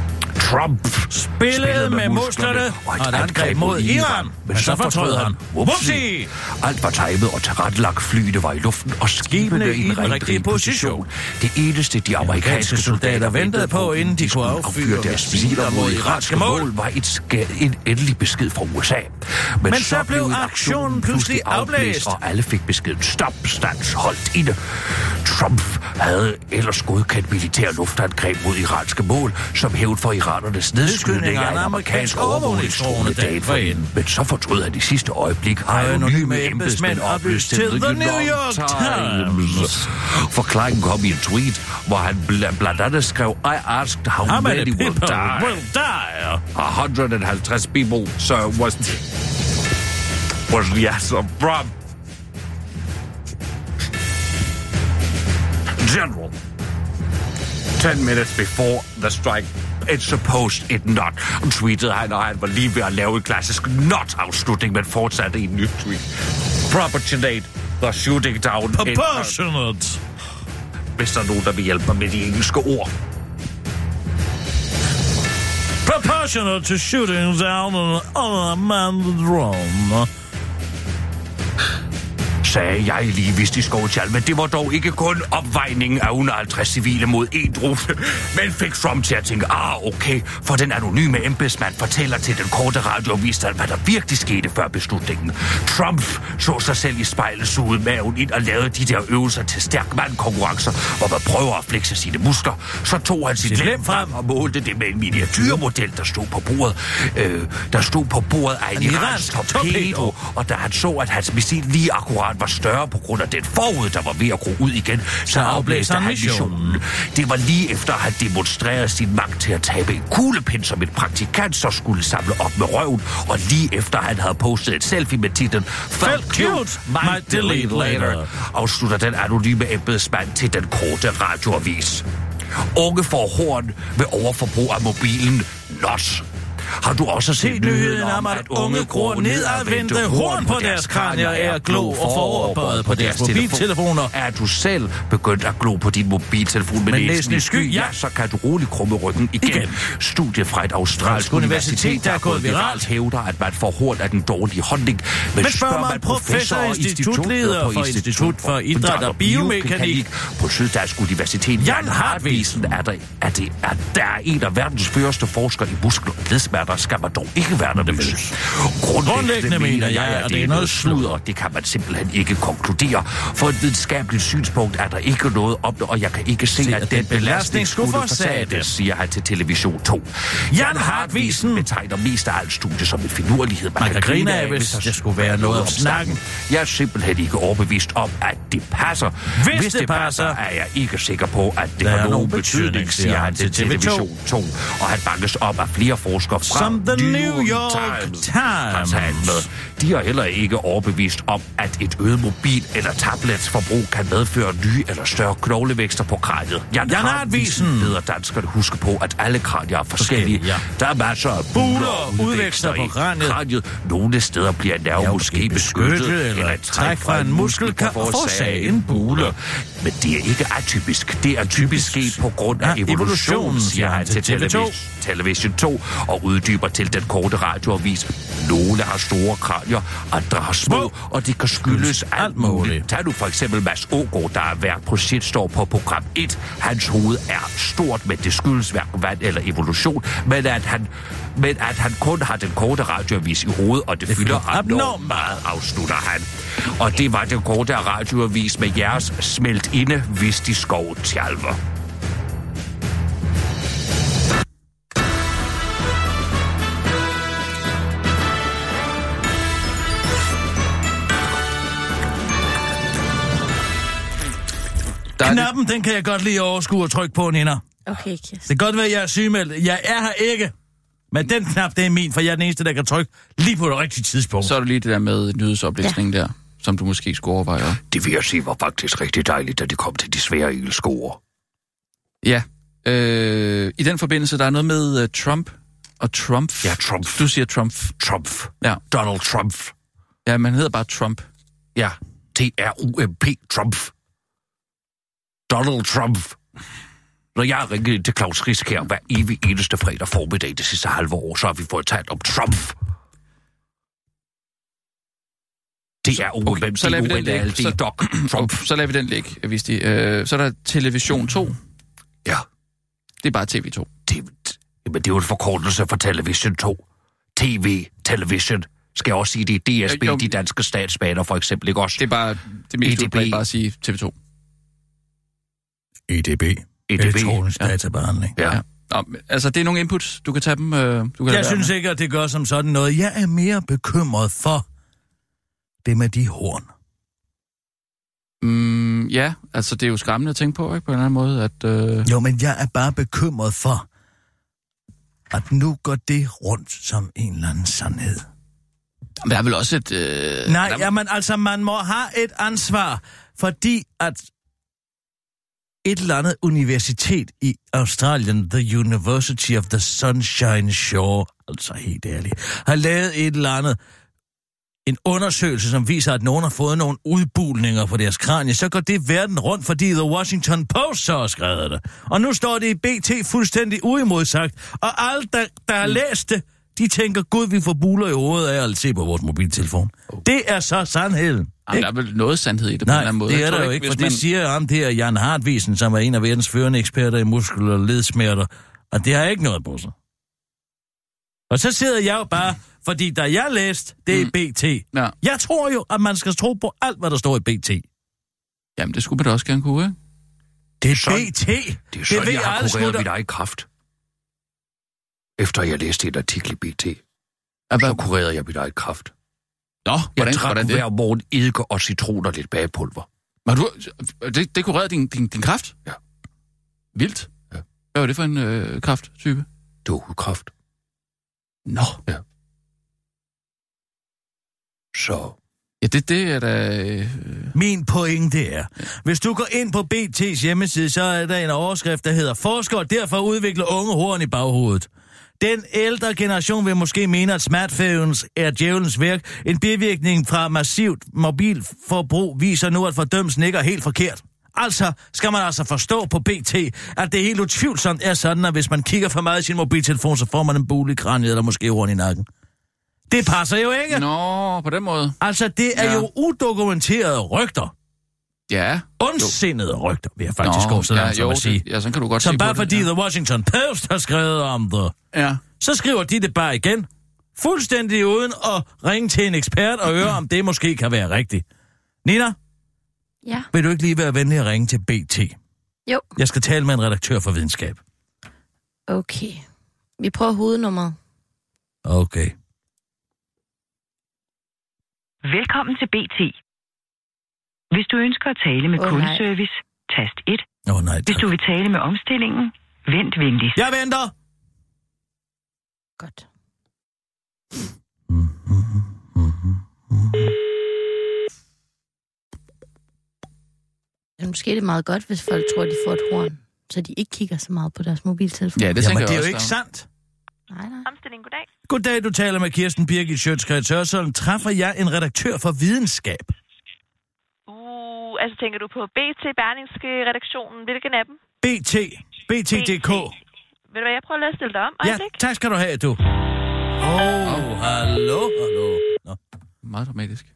Trump spillede med musklerne og et angreb mod Iran. Men så fortrød han. Whoopsie! Alt var timet og tilrettelagt, flyene var i luften og skibene i den rigtige position. Det eneste, de amerikanske soldater ventede på, inden de kunne affyre deres missiler mod iranske mål, var en endelig besked fra USA. Men så blev aktionen pludselig afblæst, og alle fik beskeden stop, stands, holdt inde. Trump havde ellers godkendt militær luftangreb mod iranske mål, som hævd for iranernes nedskydning af en amerikansk overvågningsdrone dagen forinden. Men så fortrød han i sidste øjeblik, har anonyme embedsmænd oplyst til The New York Times. Forklaringen kom i en tweet, hvor han blandt andet skrev, I asked how many will die. 150 people, so was the answer from General. 10 minutes before the strike, it's supposed it not. Tweetede han, og han var lige ved at lave en klassisk not-afslutning, men fortsatte i en ny tweet. Proportionate the shooting down. Proportionate. Hvis der er nogen, der vil hjælpe mig med de engelske ord. Proportionate to shooting down an unmanned drone. Sagde jeg lige vist i Skovtjal, men det var dog ikke kun opvejningen af 150 civile mod en drone, men fik Trump til at tænke, okay, for den anonyme embedsmand fortæller til den korte radioavis, hvad der virkelig skete før beslutningen. Trump så sig selv i spejlet, sugede maven ind og lavede de der øvelser til stærk mandkonkurrencer, hvor man prøver at flexe sine muskler. Så tog han sit lem frem og målte det med en miniatyrmodel, der stod på bordet. Af en iransk torpedo, og da han så, at hans missil lige akkurat var større på grund af den forud, der var ved at gro ud igen, så afblæste han missionen. Det var lige efter, at han demonstrerede sin magt til at tabe en kuglepind, som en praktikant så skulle samle op med røven, og lige efter, han havde postet et selfie med titlen Felt cute, might delete later, afslutter den anonyme embedsmand til den korte radioavis. Unge får horn ved overforbrug af mobilen. Not. Har du også set nyheden om, at unge gror nedadvendte horn på deres kranier er glo og foroverbøjet på deres mobiltelefoner? Er du selv begyndt at glo på din mobiltelefon med næsen i sky? Ja, så kan du roligt krumme ryggen igen. Studiet fra et australsk universitet, der er gået viralt, hævder, at man får horn af den dårlige holdning. Men spørger man professor og institutleder for Institut for Idræt og Biomekanik på Syddansk Universitet, Jan Hartvigsen, at der er en af verdens første forskere i muskel- og ledsmerter, skal man dog ikke være nervøs. Grundlæggende mener jeg, at det er noget sludder. Det kan man simpelthen ikke konkludere. For et videnskabeligt synspunkt er der ikke noget om det, og jeg kan ikke se, at den belastning skulle forsættes, siger han til TV2 2. Jan Hartvigsen betegner mest af alt studie som en finurlighed. Man kan grine af, hvis det skulle være noget om snakken. Jeg er simpelthen ikke overbevist om, at det passer. Hvis det passer, er jeg ikke sikker på, at det har nogen betydning, siger han til TV2 2. Og han bankes op af flere forskere fra The New York Times. De har heller ikke overbevist om, at et øget mobil- eller tabletsforbrug kan medføre nye eller større knoglevækster på kraniet. Jan Hartvigsen beder danskerne huske på, at alle kranier er forskellige. Ja. Der er masser af buler og udvækster på kraniet. Nogle steder bliver nerve måske beskyttet, eller et træk fra en muskel kan forårsage en bule. Men det er ikke atypisk. Det er typisk sket på grund af evolutionen, siger han til TV2 2, og uddyber til den korte radioavis. Nogle har store kranier, andre har små, og det kan skyldes alt muligt. Tag nu for eksempel Mads Ågaard, der er vært på Shitstorm på program 1. Hans hoved er stort, men det skyldes hverken vand eller evolution, men at han kun har den korte radioavis i hovedet, og det fylder abnormt meget, afslutter han. Og det var den korte radioavis med jeres smelt inde, hvis de skov tjalver. Knappen, den kan jeg godt lige overskue og trykke på, Nina. Okay, Kirsten. Det kan godt være, at jeg er sygemeldt. Jeg er her ikke. Men den knap, det er min, for jeg er den eneste, der kan trykke lige på det rigtige tidspunkt. Så er det lige det der med nyhedsoplæsningen der, som du måske skulle overveje. Det vil jeg sige var faktisk rigtig dejligt, da det kom til de svære engelske ord. Ja. I den forbindelse, der er noget med Trump og Trump. Ja, Trump. Du siger Trump. Trump. Ja. Donald Trump. Ja, men han hedder bare Trump. Ja, T-R-U-M-P. Trump. Donald Trump. Når jeg har ringet til Claus Risk her hver evig eneste fredag formiddag det sidste halve år, så har vi fået talt om Trump. Det er okay, så lader vi den ligge. Så lader vi den ligge, Visti. Så er der Television 2. Ja. Det er bare TV2. Men det er jo en forkortelse for Television 2. Television. Skal jeg også sige, det er DSB, de danske statsbaner for eksempel, ikke også? Det er bare det mest udbredt bare at sige TV2. EDB. Elektronisk databehandling. Ja. Altså, det er nogle inputs. Du kan tage dem. Jeg synes ikke, at det gør som sådan noget. Jeg er mere bekymret for det med de horn. Ja, altså det er jo skræmmende at tænke på, ikke? På en eller anden måde, at... Jo, men jeg er bare bekymret for, at nu går det rundt som en eller anden sandhed. Men der er vel også et... Nej, jamen altså, man må have et ansvar, fordi at et eller andet universitet i Australien, The University of the Sunshine Shore, altså helt ærligt, har lavet et eller andet, en undersøgelse, som viser, at nogen har fået nogle udbulninger på deres kranie, så går det verden rundt, fordi The Washington Post så har skrevet det. Og nu står det i BT fuldstændig uimodsagt, og alle, der har læst det, de tænker, gud, vi får buler i hovedet af at se på vores mobiltelefon. Det er så sandheden. Jamen, der er vel noget sandhed i det på en eller anden måde. Nej, det er der jo ikke, for det siger ham der Jan Hartvigsen, som er en af verdens førende eksperter i muskel- og ledsmerter, og det har ikke noget på sig. Og så sidder jeg jo bare, fordi da jeg læste, det er BT. Ja. Jeg tror jo, at man skal tro på alt, hvad der står i BT. Jamen, det skulle man da også gerne kunne, ikke? Det er sådan, BT. Det er sådan, jeg har kureret mit eget kræft. Efter jeg læste en artikel i BT, så kurerede jeg mit eget kræft. Nå, hvordan det? Hver morgen eddike og citron og lidt bagepulver. Men det kurerede din kræft? Ja. Vildt? Ja. Hvad var det for en kræfttype? Det var hudkræft. Nå. Ja. Så... Ja, det er da... Min pointe er, hvis du går ind på BT's hjemmeside, så er der en overskrift, der hedder forskere derfor udvikler unge horn i baghovedet. Den ældre generation vil måske mene, at smartphones er djævelens værk. En bivirkning fra massivt mobilforbrug viser nu, at fordømmelsen ikke er helt forkert. Altså skal man altså forstå på BT, at det helt utvivlsomt er sådan, at hvis man kigger for meget i sin mobiltelefon, så får man en bule i kraniet eller måske horn i nakken. Det passer jo ikke. Nå, på den måde. Altså, det er jo udokumenterede rygter. Ja. Ondsindede rygter, vil jeg faktisk gå så langt som at sige. Ja, sådan kan du godt som sige bare på fordi det, The Washington Post har skrevet om det. Ja. Så skriver de det bare igen. Fuldstændig uden at ringe til en ekspert og høre, om det måske kan være rigtigt. Nina? Ja? Vil du ikke lige være venlig at ringe til BT? Jo. Jeg skal tale med en redaktør for videnskab. Okay. Vi prøver hovednummeret. Okay. Velkommen til BT. Hvis du ønsker at tale med kundeservice, tast 1. Nej, hvis du vil tale med omstillingen, vent venligst. Jeg venter! Godt. Måske er det meget godt, hvis folk tror, de får et horn, så de ikke kigger så meget på deres mobiltelefon. Ja, det tænker jeg det er også, jo ikke sandt. Nej. Omstilling, goddag. Goddag, du taler med Kirsten Birgit Schøtz-Krets Hørsholm. Træffer jeg en redaktør for videnskab? Altså tænker du på BT, Berlingske redaktionen, hvilken af dem? BT. BT.dk. Ved du hvad, jeg prøver lige at stille dig om. Ja, tak skal du have, du. Hallo. Nå. Meget dramatisk.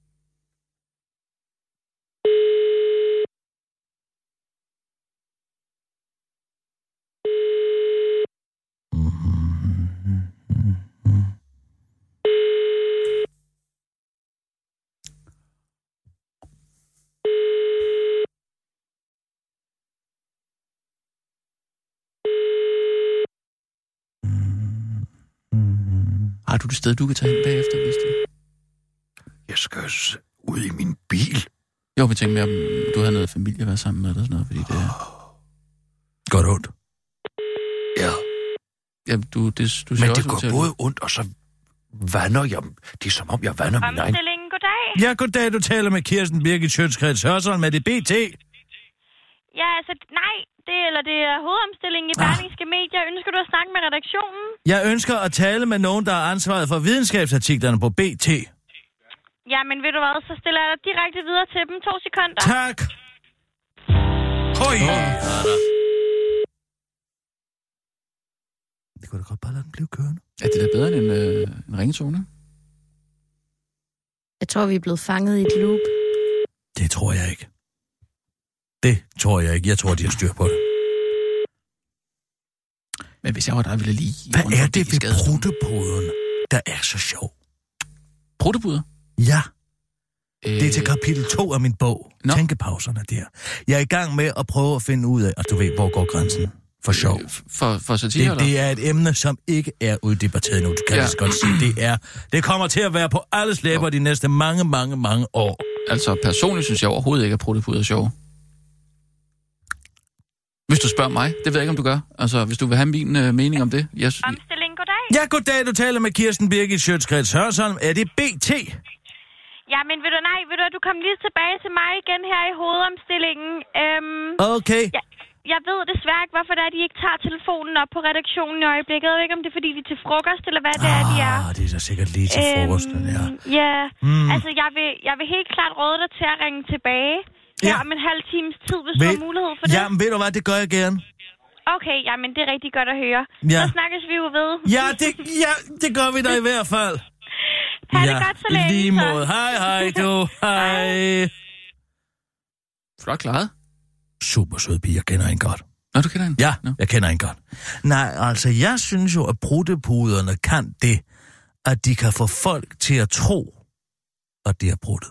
Har du det sted, du kan tage hen bagefter, hvis det? Jeg skal ud i min bil. Jo, vi tænkte mere, om du havde noget familie at være sammen med, eller sådan noget, fordi det er... Godt ondt. Ja. Ja, du men det går både ondt, og så vander jeg... Det er som om, jeg vander min egen... Omstillingen, goddag. Ja, goddag, du taler med Kirsten Birgit Schøtz-Krets Hørsholm med det BT. Ja, altså, nej. Det er hovedomstillingen i Berlingske Medier. Ønsker du at snakke med redaktionen? Jeg ønsker at tale med nogen, der har ansvaret for videnskabsartiklerne på BT. Ja, men ved du hvad, så stiller jeg dig direkte videre til dem. 2 sekunder. Tak. Høj. kunne da godt bare lade den blive kørende. Er det da bedre end en ringetone? Jeg tror, vi er blevet fanget i et loop. Det tror jeg ikke. Jeg tror, de har styr på det. Men hvis jeg var der, ville jeg lige... Hvad er det ved pruttepoden, der er så sjov? Pruttepuder? Ja. Det er til kapitel 2 af min bog. Nå. Tænkepauserne der. Jeg er i gang med at prøve at finde ud af, at du ved, hvor går grænsen for sjov. For satire, det er et emne, som ikke er uddebatteret nu. Du kan så godt sige, det kommer til at være på alles læber de næste mange år. Altså, personligt synes jeg overhovedet ikke, at pruttepuder er sjov. Hvis du spørger mig, det ved jeg ikke, om du gør. Altså, hvis du vil have min mening om det. Omstilling, goddag. Ja, goddag. Du taler med Kirsten Birgit Schøtz-Krets Hørsholm. Er det BT? Ja, men ved du, du kom lige tilbage til mig igen her i hovedomstillingen. Okay. Ja, jeg ved desværre ikke, hvorfor det er, de ikke tager telefonen op på redaktionen i øjeblikket. Jeg ved ikke, om det er, fordi de er til frokost, eller hvad det er, de er. Det er da sikkert lige til frokosten, ja. Ja, altså jeg vil helt klart råde dig til at ringe tilbage. Ja, om en halv times tid, hvis du har mulighed for det. Jamen, ved du hvad, det gør jeg gerne. Okay, jamen det er rigtig godt at høre. Ja. Så snakkes vi jo ved. Ja, det gør vi da i hvert fald. Ha' det godt så længe. Lige måde. Hej, du. Hej. Flot klaret. Super sød pige, jeg kender hende godt. Nå, du kender hende? Ja, jeg kender hende godt. Nej, altså, jeg synes jo, at bruttepuderne kan det, at de kan få folk til at tro, at de har bruttet.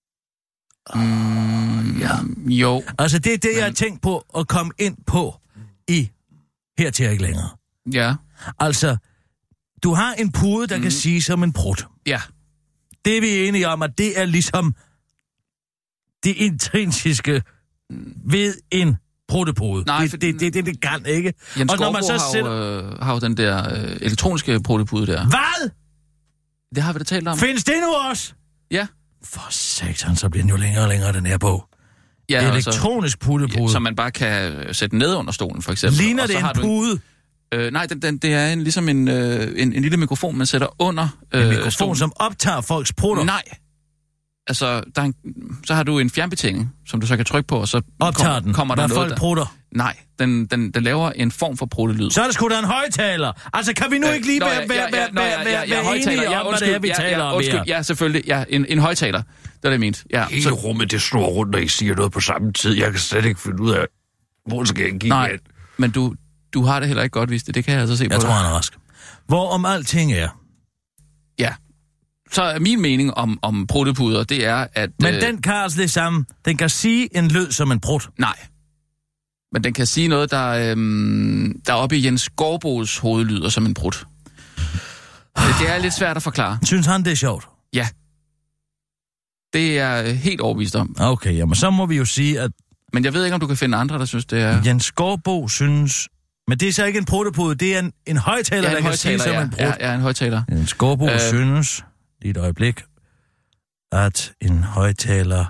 Ja. Jo. Altså, det er det, jeg har tænkt på at komme ind på i hertil ikke længere. Ja. Altså, du har en pude, der kan sige som en prut. Ja. Det er vi enige om, at det er ligesom det intrinsiske ved en pruttepude. Nej, det kan ikke. Jens og når man så har jo den der elektroniske pruttepude der. Hvad? Det har vi da talt om. Findes det nu også? Ja. For satan, så bliver den jo længere og længere, den her bog. Ja, elektronisk puttepude. Ja, som man bare kan sætte ned under stolen, for eksempel. Ligner det en pude? Nej, det er ligesom en lille mikrofon, man sætter under en mikrofon, stolen. som optager folks prutter? Nej. Altså, så har du en fjernbetjening, som du så kan trykke på, og så kommer der noget, folk prutter? Nej, den laver en form for pruttelyd. Så er det sgu da en højtaler. Altså, kan vi nu ikke lige være enige om, hvad det er, vi taler om her? Ja, selvfølgelig. Ja, en højtaler. Det er det, jeg mente. Ja, hele rummet, det snor rundt, når I siger noget på samme tid. Jeg kan slet ikke finde ud af, hvor skal jeg give Nej, men du har det heller ikke godt, vist det. Det kan jeg altså se på. Jeg tror, han er rask. Hvorom alting er. Ja. Så er min mening om pruttepuder, det er, at... Men den kan altså det samme. Den kan sige en lyd som en prut. Nej. Men den kan sige noget, der oppe i Jens Gårdboes hoved lyder som en prut. Det er lidt svært at forklare. Synes han, det er sjovt? Ja. Det er helt overbevist om. Okay, jamen så må vi jo sige, at... Men jeg ved ikke, om du kan finde andre, der synes, det er... Jens Gårdbo synes... Men det er så ikke en pruttepude, det er en højtaler, der kan sige som en prut. Ja, en højtaler. Jens Gårdbo synes, lige et øjeblik, at en højtaler,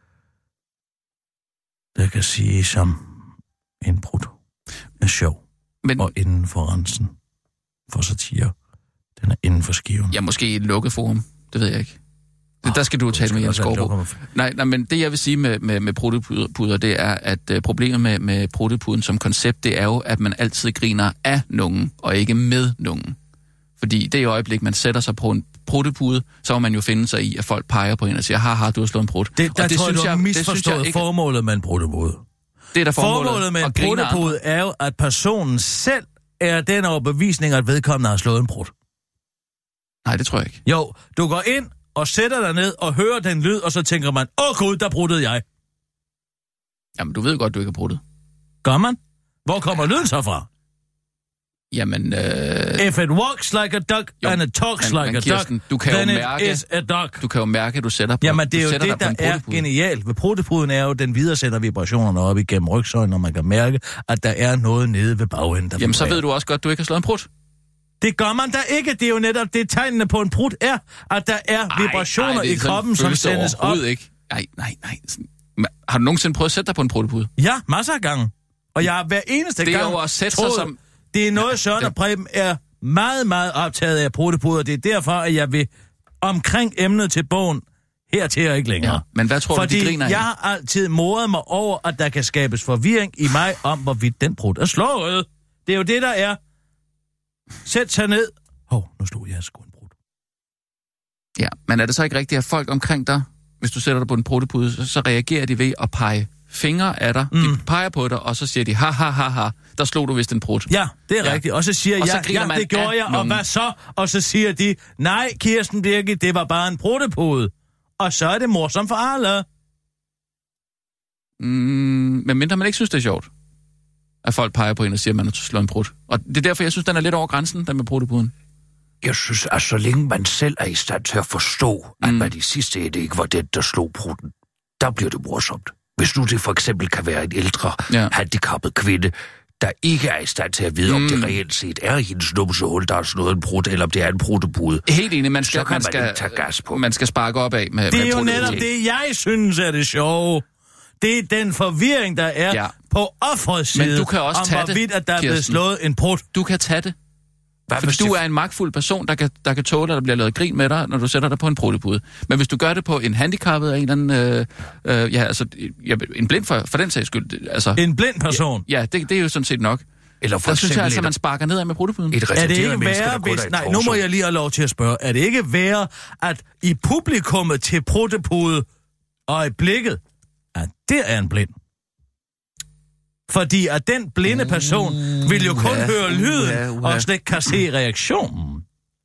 der kan sige som en prut, er sjov. Men... Og inden for rensen for satire. Den er inden for skiven. Ja, måske i et lukket forum. Det ved jeg ikke. Der skal du tale med Jens Gårdbo. Nej, men det jeg vil sige med pruttepuder, det er, at problemet med pruttepuden som koncept, det er jo, at man altid griner af nogen, og ikke med nogen. Fordi det øjeblik, man sætter sig på en pruttepude, så må man jo finde sig i, at folk peger på en og siger, haha, du har slået en prut. Det tror jeg, du har misforstået formålet med en pruttepude. Det er der formålet med en pruttepude er jo, at personen selv er den overbevisning, at vedkommende har slået en prut. Nej, det tror jeg ikke. Jo, du går ind og sætter dig ned og hører den lyd, og så tænker man, gud, der pruttede jeg. Jamen, du ved godt, du ikke har pruttet. Gør man? Hvor kommer lyden så fra? Jamen, If it walks like a duck, and it talks like a Kirsten, duck, then it is a duck. Du kan jo mærke, at du sætter på. Jamen, det er jo det, der er genialt. Ved pruttepuden er jo, den videresender vibrationerne op igennem rygsøjlen, og man kan mærke, at der er noget nede ved bagenden. Jamen, så ved du også godt, at du ikke har slået en prut. Det gør man da ikke. Det er jo netop det, tegnene på en prut er, at der er vibrationer i kroppen, som sendes op. Ikke. Nej. Har du nogensinde prøvet at sætte dig på en pruttepude? Ja, masser af gange. Og jeg har hver eneste gang det er jo at sætte sig som... Det er noget, Søren og Preben er meget, meget optaget af pruttepuder. Det er derfor, at jeg vil omkring emnet til bogen hertil og ikke længere. Ja, men hvad tror du, de griner af? Jeg har altid moret mig over, at der kan skabes forvirring i mig om, hvorvidt den prut er slået. Det er jo det, der er. Sæt sig ned. Nu stod jeg sgu en brud. Ja, men er det så ikke rigtigt, at folk omkring dig, hvis du sætter dig på en brudtepude, så reagerer de ved at pege fingre af dig. De peger på dig, og så siger de, ha, der slog du vist en brud. Ja, det er rigtigt. Og så siger jeg, det gjorde jeg, og hvad så? Og så siger de, nej, Kirsten Birgit, det var bare en brudtepude. Og så er det morsomt for alle. Men mindre man ikke synes, det er sjovt, at folk peger på en og siger, at man har slået en brud. Og det er derfor, jeg synes, den er lidt over grænsen, den med brudtepuden. Jeg synes, at så længe man selv er i stand til at forstå, at man i sidste ende ikke var den, der slog bruden, der bliver det morsomt. Hvis nu det for eksempel kan være en ældre, handicappet kvinde, der ikke er i stand til at vide, om det reelt set er hendes numsehul, der har slået en brud, eller om det er en brudtepude. Helt enig, man skal tage gas på. Man skal sparke op af med det er jo netop det, jeg synes er det sjove. Det er den forvirring, der er på offerets side, men du kan også tage hvorvidt, det, at der er blevet slået en brud. Du kan tage det. Fordi du er en magtfuld person, der kan tåle, at der bliver lavet grin med dig, når du sætter dig på en brudtepude. Men hvis du gør det på en handicappet af en eller anden... en blind for den sags skyld. Altså, en blind person? Ja, det er jo sådan set nok. Eller for der synes jeg altså, man sparker nedad med brudtepuden. Er det ikke værre, hvis... Nej, nu må jeg lige have lov til at spørge. Er det ikke værre, at i publikummet til brudtepude øjeblikket, at det er en blind? Fordi at den blinde person vil jo kun høre lyden og slet ikke kan se reaktionen.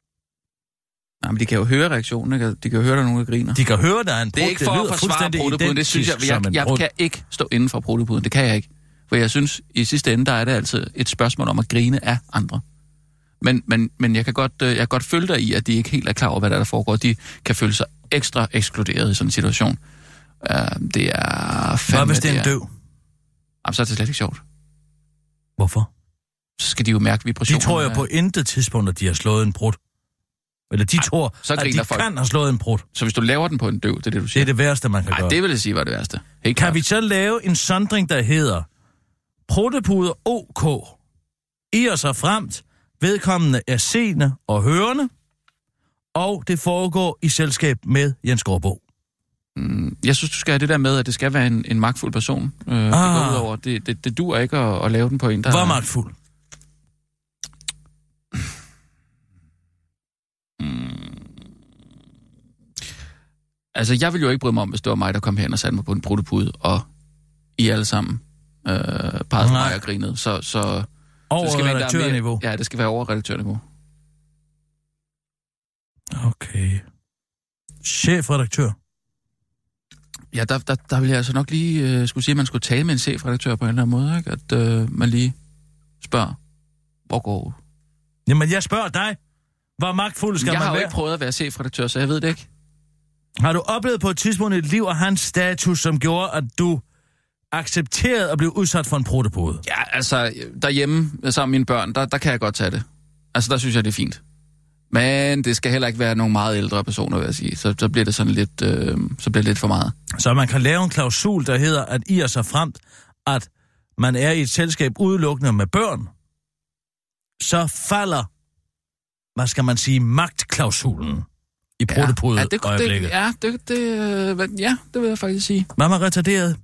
Nej, men de kan jo høre reaktionen, ikke? De kan jo høre, der er nogen, der griner. De kan høre, der er en brud. Det er ikke for at forsvare brudtepuden, det synes jeg kan ikke stå inden for brudtepuden. Det kan jeg ikke. For jeg synes, i sidste ende, der er det altså et spørgsmål om at grine af andre. Men jeg kan godt følge dig i, at de ikke helt er klar over, hvad der foregår. De kan føle sig ekstra ekskluderet i sådan en situation. Det er fandme... Hvad hvis det er en døv? Jamen, så er det slet ikke sjovt. Hvorfor? Så skal de jo mærke vibrationer. De tror jo på intet tidspunkt, at de har slået en brud. Eller de tror, at de kan have slået en brud. Så hvis du laver den på en døv, det er det, du siger? Det er det værste, man kan gøre. Nej, det vil jeg sige var det værste. Helt kan vi så lave en sondring, der hedder brudtepuder OK? I og så fremt, vedkommende er seende og hørende, og det foregår i selskab med Jens Gårdbo. Jeg synes, du skal have det der med, at det skal være en magtfuld person. Det går ud over. Det dur ikke at lave den på en, der... Hvor magtfuld? Altså, jeg ville jo ikke bryde mig om, hvis det var mig, der kom hen og satte mig på en brudtepude, og I alle sammen pegede mig og grinede. Så over det skal redaktørniveau? Ja, det skal være over redaktørniveau. Okay. Chefredaktør? Ja, der vil jeg altså nok lige skulle sige, at man skulle tale med en chefredaktør på en eller anden måde, ikke? At man lige spørger, hvor går... Jamen, jeg spørger dig. Hvor magtfuld skal man være? Jeg har jo ikke prøvet at være chefredaktør, så jeg ved det ikke. Har du oplevet på et tidspunkt i dit liv at have en status, som gjorde, at du accepterede at blive udsat for en brudtepude? Ja, altså, derhjemme sammen med mine børn, der kan jeg godt tage det. Altså, der synes jeg, det er fint. Men det skal heller ikke være nogle meget ældre personer, vil jeg sige. Så bliver det sådan lidt, så bliver det lidt for meget. Så man kan lave en klausul, der hedder, at I er så fremt, at man er i et selskab udelukkende med børn, så falder, hvad skal man sige, magtklausulen i brudtepude-øjeblikket. Det vil jeg faktisk sige. Hvad med retarderet?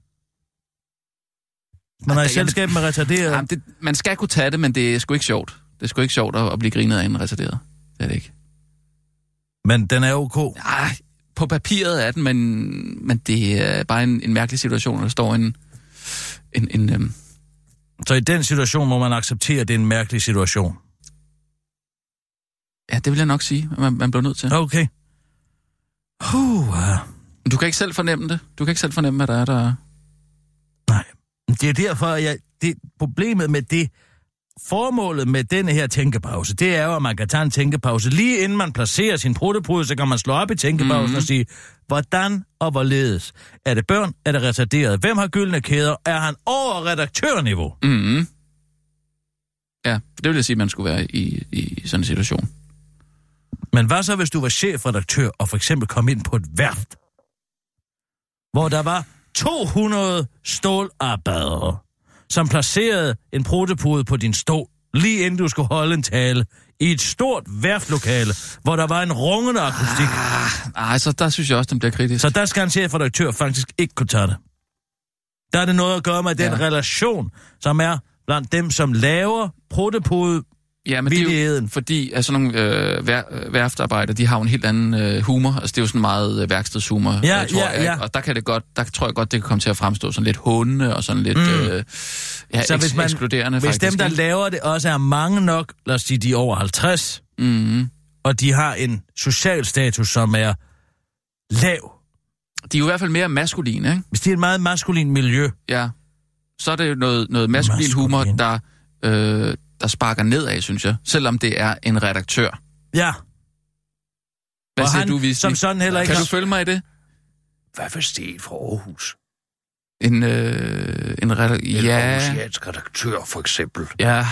Man er i selskab med retarderet. Jamen, man skal kunne tage det, men det er sgu ikke sjovt. Det er sgu ikke sjovt at blive grinet af en retarderet. Det er det ikke. Men den er OK? Nej, på papiret er den, men det er bare en mærkelig situation, når der står en Så i den situation må man acceptere, at det er en mærkelig situation? Ja, det vil jeg nok sige, man bliver nødt til. Okay. Du kan ikke selv fornemme det. Du kan ikke selv fornemme, hvad der er der... Nej, det er derfor, problemet med det, formålet med denne her tænkepause, det er jo, at man kan tage en tænkepause. Lige inden man placerer sin brudtepude, så kan man slå op i tænkepausen og sige, hvordan og hvorledes? Er det børn? Er det retarderet? Hvem har gyldne kæder? Er han over redaktørniveau? Mm-hmm. Ja, det vil jeg sige, at man skulle være i sådan en situation. Men hvad så, hvis du var chefredaktør og for eksempel kom ind på et værft, hvor der var 200 stålarbejdere, som placerede en brudtepude på din stol, lige inden du skulle holde en tale, i et stort værftlokale, hvor der var en rungende akustik. Så der synes jeg også, den bliver kritisk. Så der skal en chefredaktør faktisk ikke kunne tage det. Der er det noget at gøre med den relation, som er blandt dem, som laver brudtepude Ja, men det er jo, fordi altså, nogle værftarbejdere, de har jo en helt anden humor. Altså, det er jo sådan meget værkstedshumor, tror jeg. Og der tror jeg godt, det kan komme til at fremstå sådan lidt hånende og sådan lidt så hvis man, ekskluderende. Hvis faktisk, dem, der laver det, også er mange nok, lad os sige, de er over 50, og de har en social status, som er lav. De er jo i hvert fald mere maskuline, ikke? Hvis det er et meget maskulin miljø. Ja, så er det jo noget maskulin humor, der sparker nedad, synes jeg. Selvom det er en redaktør. Ja. Hvad siger du, Wisty? Som sådan heller ikke. Kan du følge mig i det? Hvad hvis det er fra Aarhus? En aarhusiansk redaktør, for eksempel. Ja.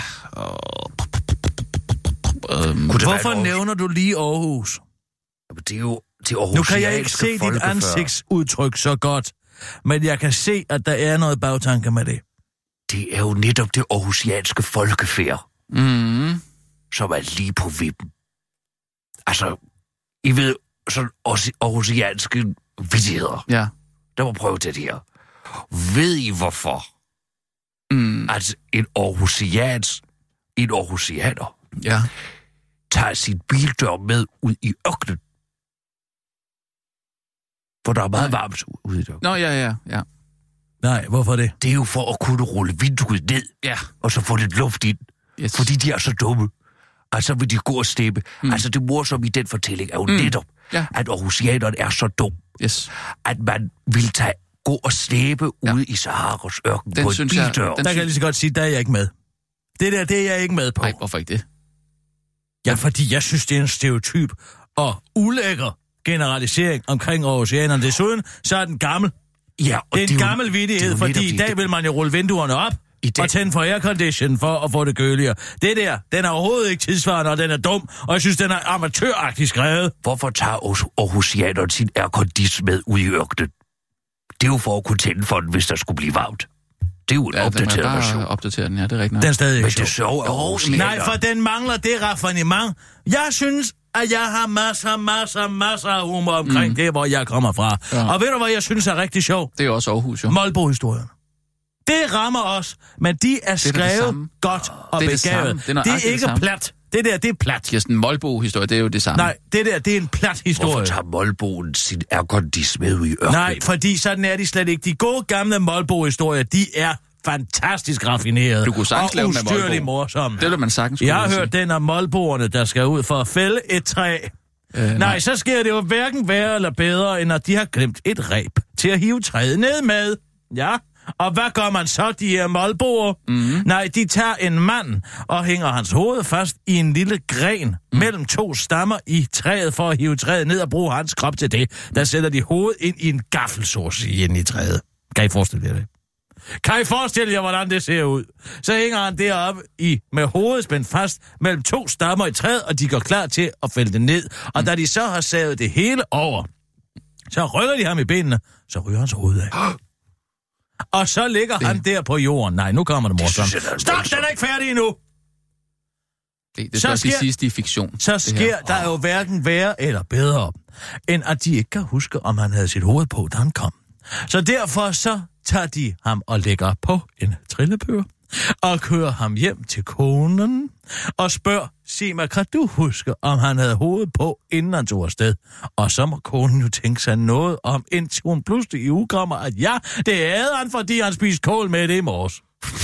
Hvorfor nævner du lige Aarhus? Jamen, det er jo det aarhusianske. Nu kan jeg ikke se dit ansigtsudtryk så godt, men jeg kan se, at der er noget bagtanke med det. Det er jo netop det aarhusianske folkefærd, som er lige på vippen. Altså, I ved, sådan aarhusianske vittigheder. Ja. Der må prøve det her. Ved I hvorfor? Altså, en aarhusianer tager sin bildør med ud i ørkenen. For der er meget varmt ude i det. Nå, ja. Nej, hvorfor det? Det er jo for at kunne rulle vinduet ned, og så få lidt luft ind. Yes. Fordi de er så dumme. Altså vil de gå og steppe. Altså det morsomme i den fortælling er jo netop, at aarhusianerne er så dum, at man vil gå og slæbe ude i Saharas ørken på en bildør. Der kan jeg lige så godt sige, der er jeg ikke med. Det er jeg ikke med på. Nej, hvorfor ikke det? Ja, fordi jeg synes, det er en stereotyp og ulækker generalisering omkring aarhusianerne. Desuden, så er den gammel. Ja, og det er en gammel vittighed, fordi i dag vil man jo rulle vinduerne op og tænde for aircondition for at få det køligere. Det der, den er overhovedet ikke tidsvarende, og den er dum, og jeg synes, den er amatøragtigt skrevet. Hvorfor tager aarhusianerne sin aircondition med ud i ørkenen? Det er jo for at kunne tænde for den, hvis der skulle blive varmt. Det er jo en opdateret version. Opdatere den, ja, det er rigtigt. Den er stadig ikke sjov. Nej, for den mangler det raffinement. Jeg synes, at jeg har masser af humor omkring det, hvor jeg kommer fra. Ja. Og ved du, hvad jeg synes er rigtig sjovt? Det er også Aarhus, jo. Molbo-historien. Det rammer os, men de er skrevet godt og begavet. Det er ikke plat. Det der, det er plat. Kirsten, Molbo-historie, det er jo det samme. Nej, det der, det er en plat historie. Hvorfor tager Molboen sin aircondition med ud i ørkenen? Nej, fordi sådan er de slet ikke. De gode gamle Molbo-historier, de er fantastisk raffinerede. Du kunne sagtens lave med Molbo. Morsomme. Det vil man sagtens. Jeg har hørt den om Molboerne, der skal ud for at fælde et træ. Nej, så sker det jo hverken værre eller bedre, end at de har glemt et reb til at hive træet ned med. Ja, og hvad gør man så, de her Molboer? Nej, de tager en mand og hænger hans hoved fast i en lille gren mellem to stammer i træet for at hive træet ned og bruge hans krop til det. Der sætter de hovedet ind i en gaffelsås ind i træet. Kan I forestille jer det? Kan I forestille jer, hvordan det ser ud? Så hænger han deroppe med hovedet spændt fast mellem to stammer i træet, og de går klar til at fælde det ned. Og da de så har savet det hele over, så rykker de ham i benene, så ryger hans hoved af. Og så ligger han der på jorden. Nej, nu kommer det morsomt. Stop, den er ikke færdig endnu! Det skal også lige siges, det er fiktion. Så sker der jo hverken værre eller bedre, end at de ikke kan huske, om han havde sit hoved på, da han kom. Så derfor så tager de ham og lægger på en trillebør og kører ham hjem til konen og spørger, sig mig, kan du huske, om han havde hovedet på, inden han tog afsted? Og så må konen jo tænke sig noget om, indtil hun pludselig i udkommer, at ja, det havde han, fordi han spiste kål med det i morges.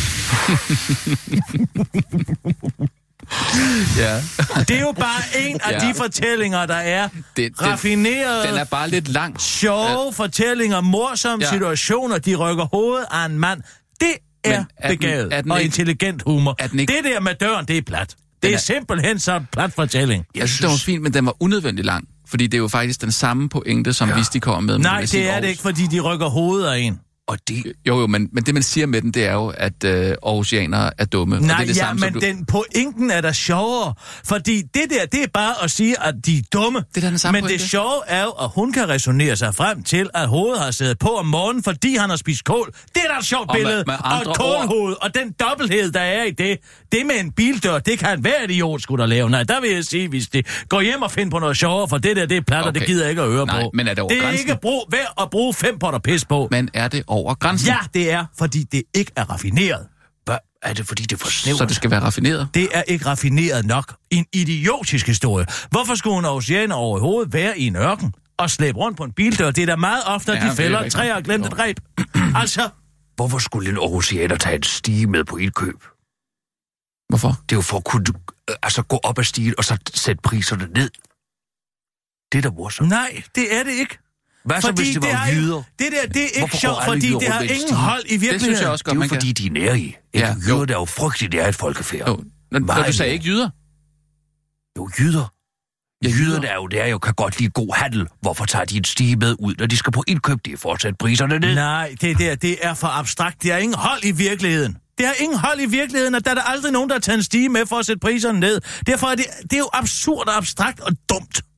Ja. Det er jo bare en af de fortællinger, der er raffinerede. Den er bare lidt lang. Sjove fortællinger, morsomme situationer, de rykker hovedet af en mand. Det er begavet og intelligent humor. Det der med døren, det er plat. Det er simpelthen så plat fortælling. Jeg synes, det var fint, men den var unødvendigt lang. Fordi det er jo faktisk den samme pointe, som Wisty kommer med. Nej, det er det ikke, fordi de rykker hovedet af en. Og det... Jo, men det man siger med den, det er jo, at aarhusianere er dumme. Nej, og det er det samme, men den pointen er da sjovere. Fordi det der, det er bare at sige, at de er dumme. Det er den samme men pointe. Det sjove er jo, at hun kan resonere sig frem til, at hovedet har siddet på om morgenen, fordi han har spist kål. Det er da et sjovt billede. Og et kålhoved, og den dobbelthed, der er i det. Det med en bildør, det kan hver idiot skulle der lave. Nej, der vil jeg sige, hvis det går hjem og finder på noget sjovere, for det der, det er plat, og det gider jeg ikke at høre på. Men er det over det er grænsen? ikke værd at bruge 5 potter pis på. Men er det over grænsen? Ja, det er, fordi det ikke er raffineret. Er det, fordi det er for snævert? Så det skal være raffineret? Det er ikke raffineret nok. En idiotisk historie. Hvorfor skulle en oceaner overhovedet være i en ørken og slæbe rundt på en bildør? Det er da meget ofte, at de fælder træer og glemt et reb. Altså... Hvorfor skulle en oceaner tage en stige med på indkøb? Hvorfor? Det er jo for at kunne gå op ad stigen og så sætte priserne ned. Det er da morsomt. Nej, det er det ikke. Hvad så, hvis det var jyder? Det er ikke sjovt, fordi det har ingen hold i virkeligheden. Det synes jeg også godt, det er jo fordi, de er nærige. Jyder, der er jo frygteligt, det er et folkefærd. Du sagde ikke jyder? Jo, jyder. Ja, jyderne kan godt lide god handel. Hvorfor tager de en stige med ud, når de skal på indkøb? Det er fortsat priserne ned. Nej, det er for abstrakt. Det har ingen hold i virkeligheden. Det har ingen hold i virkeligheden, og der er der aldrig nogen, der har taget en stige med for at sætte priserne ned. Derfor er det er jo absurd og abstrakt og dumt.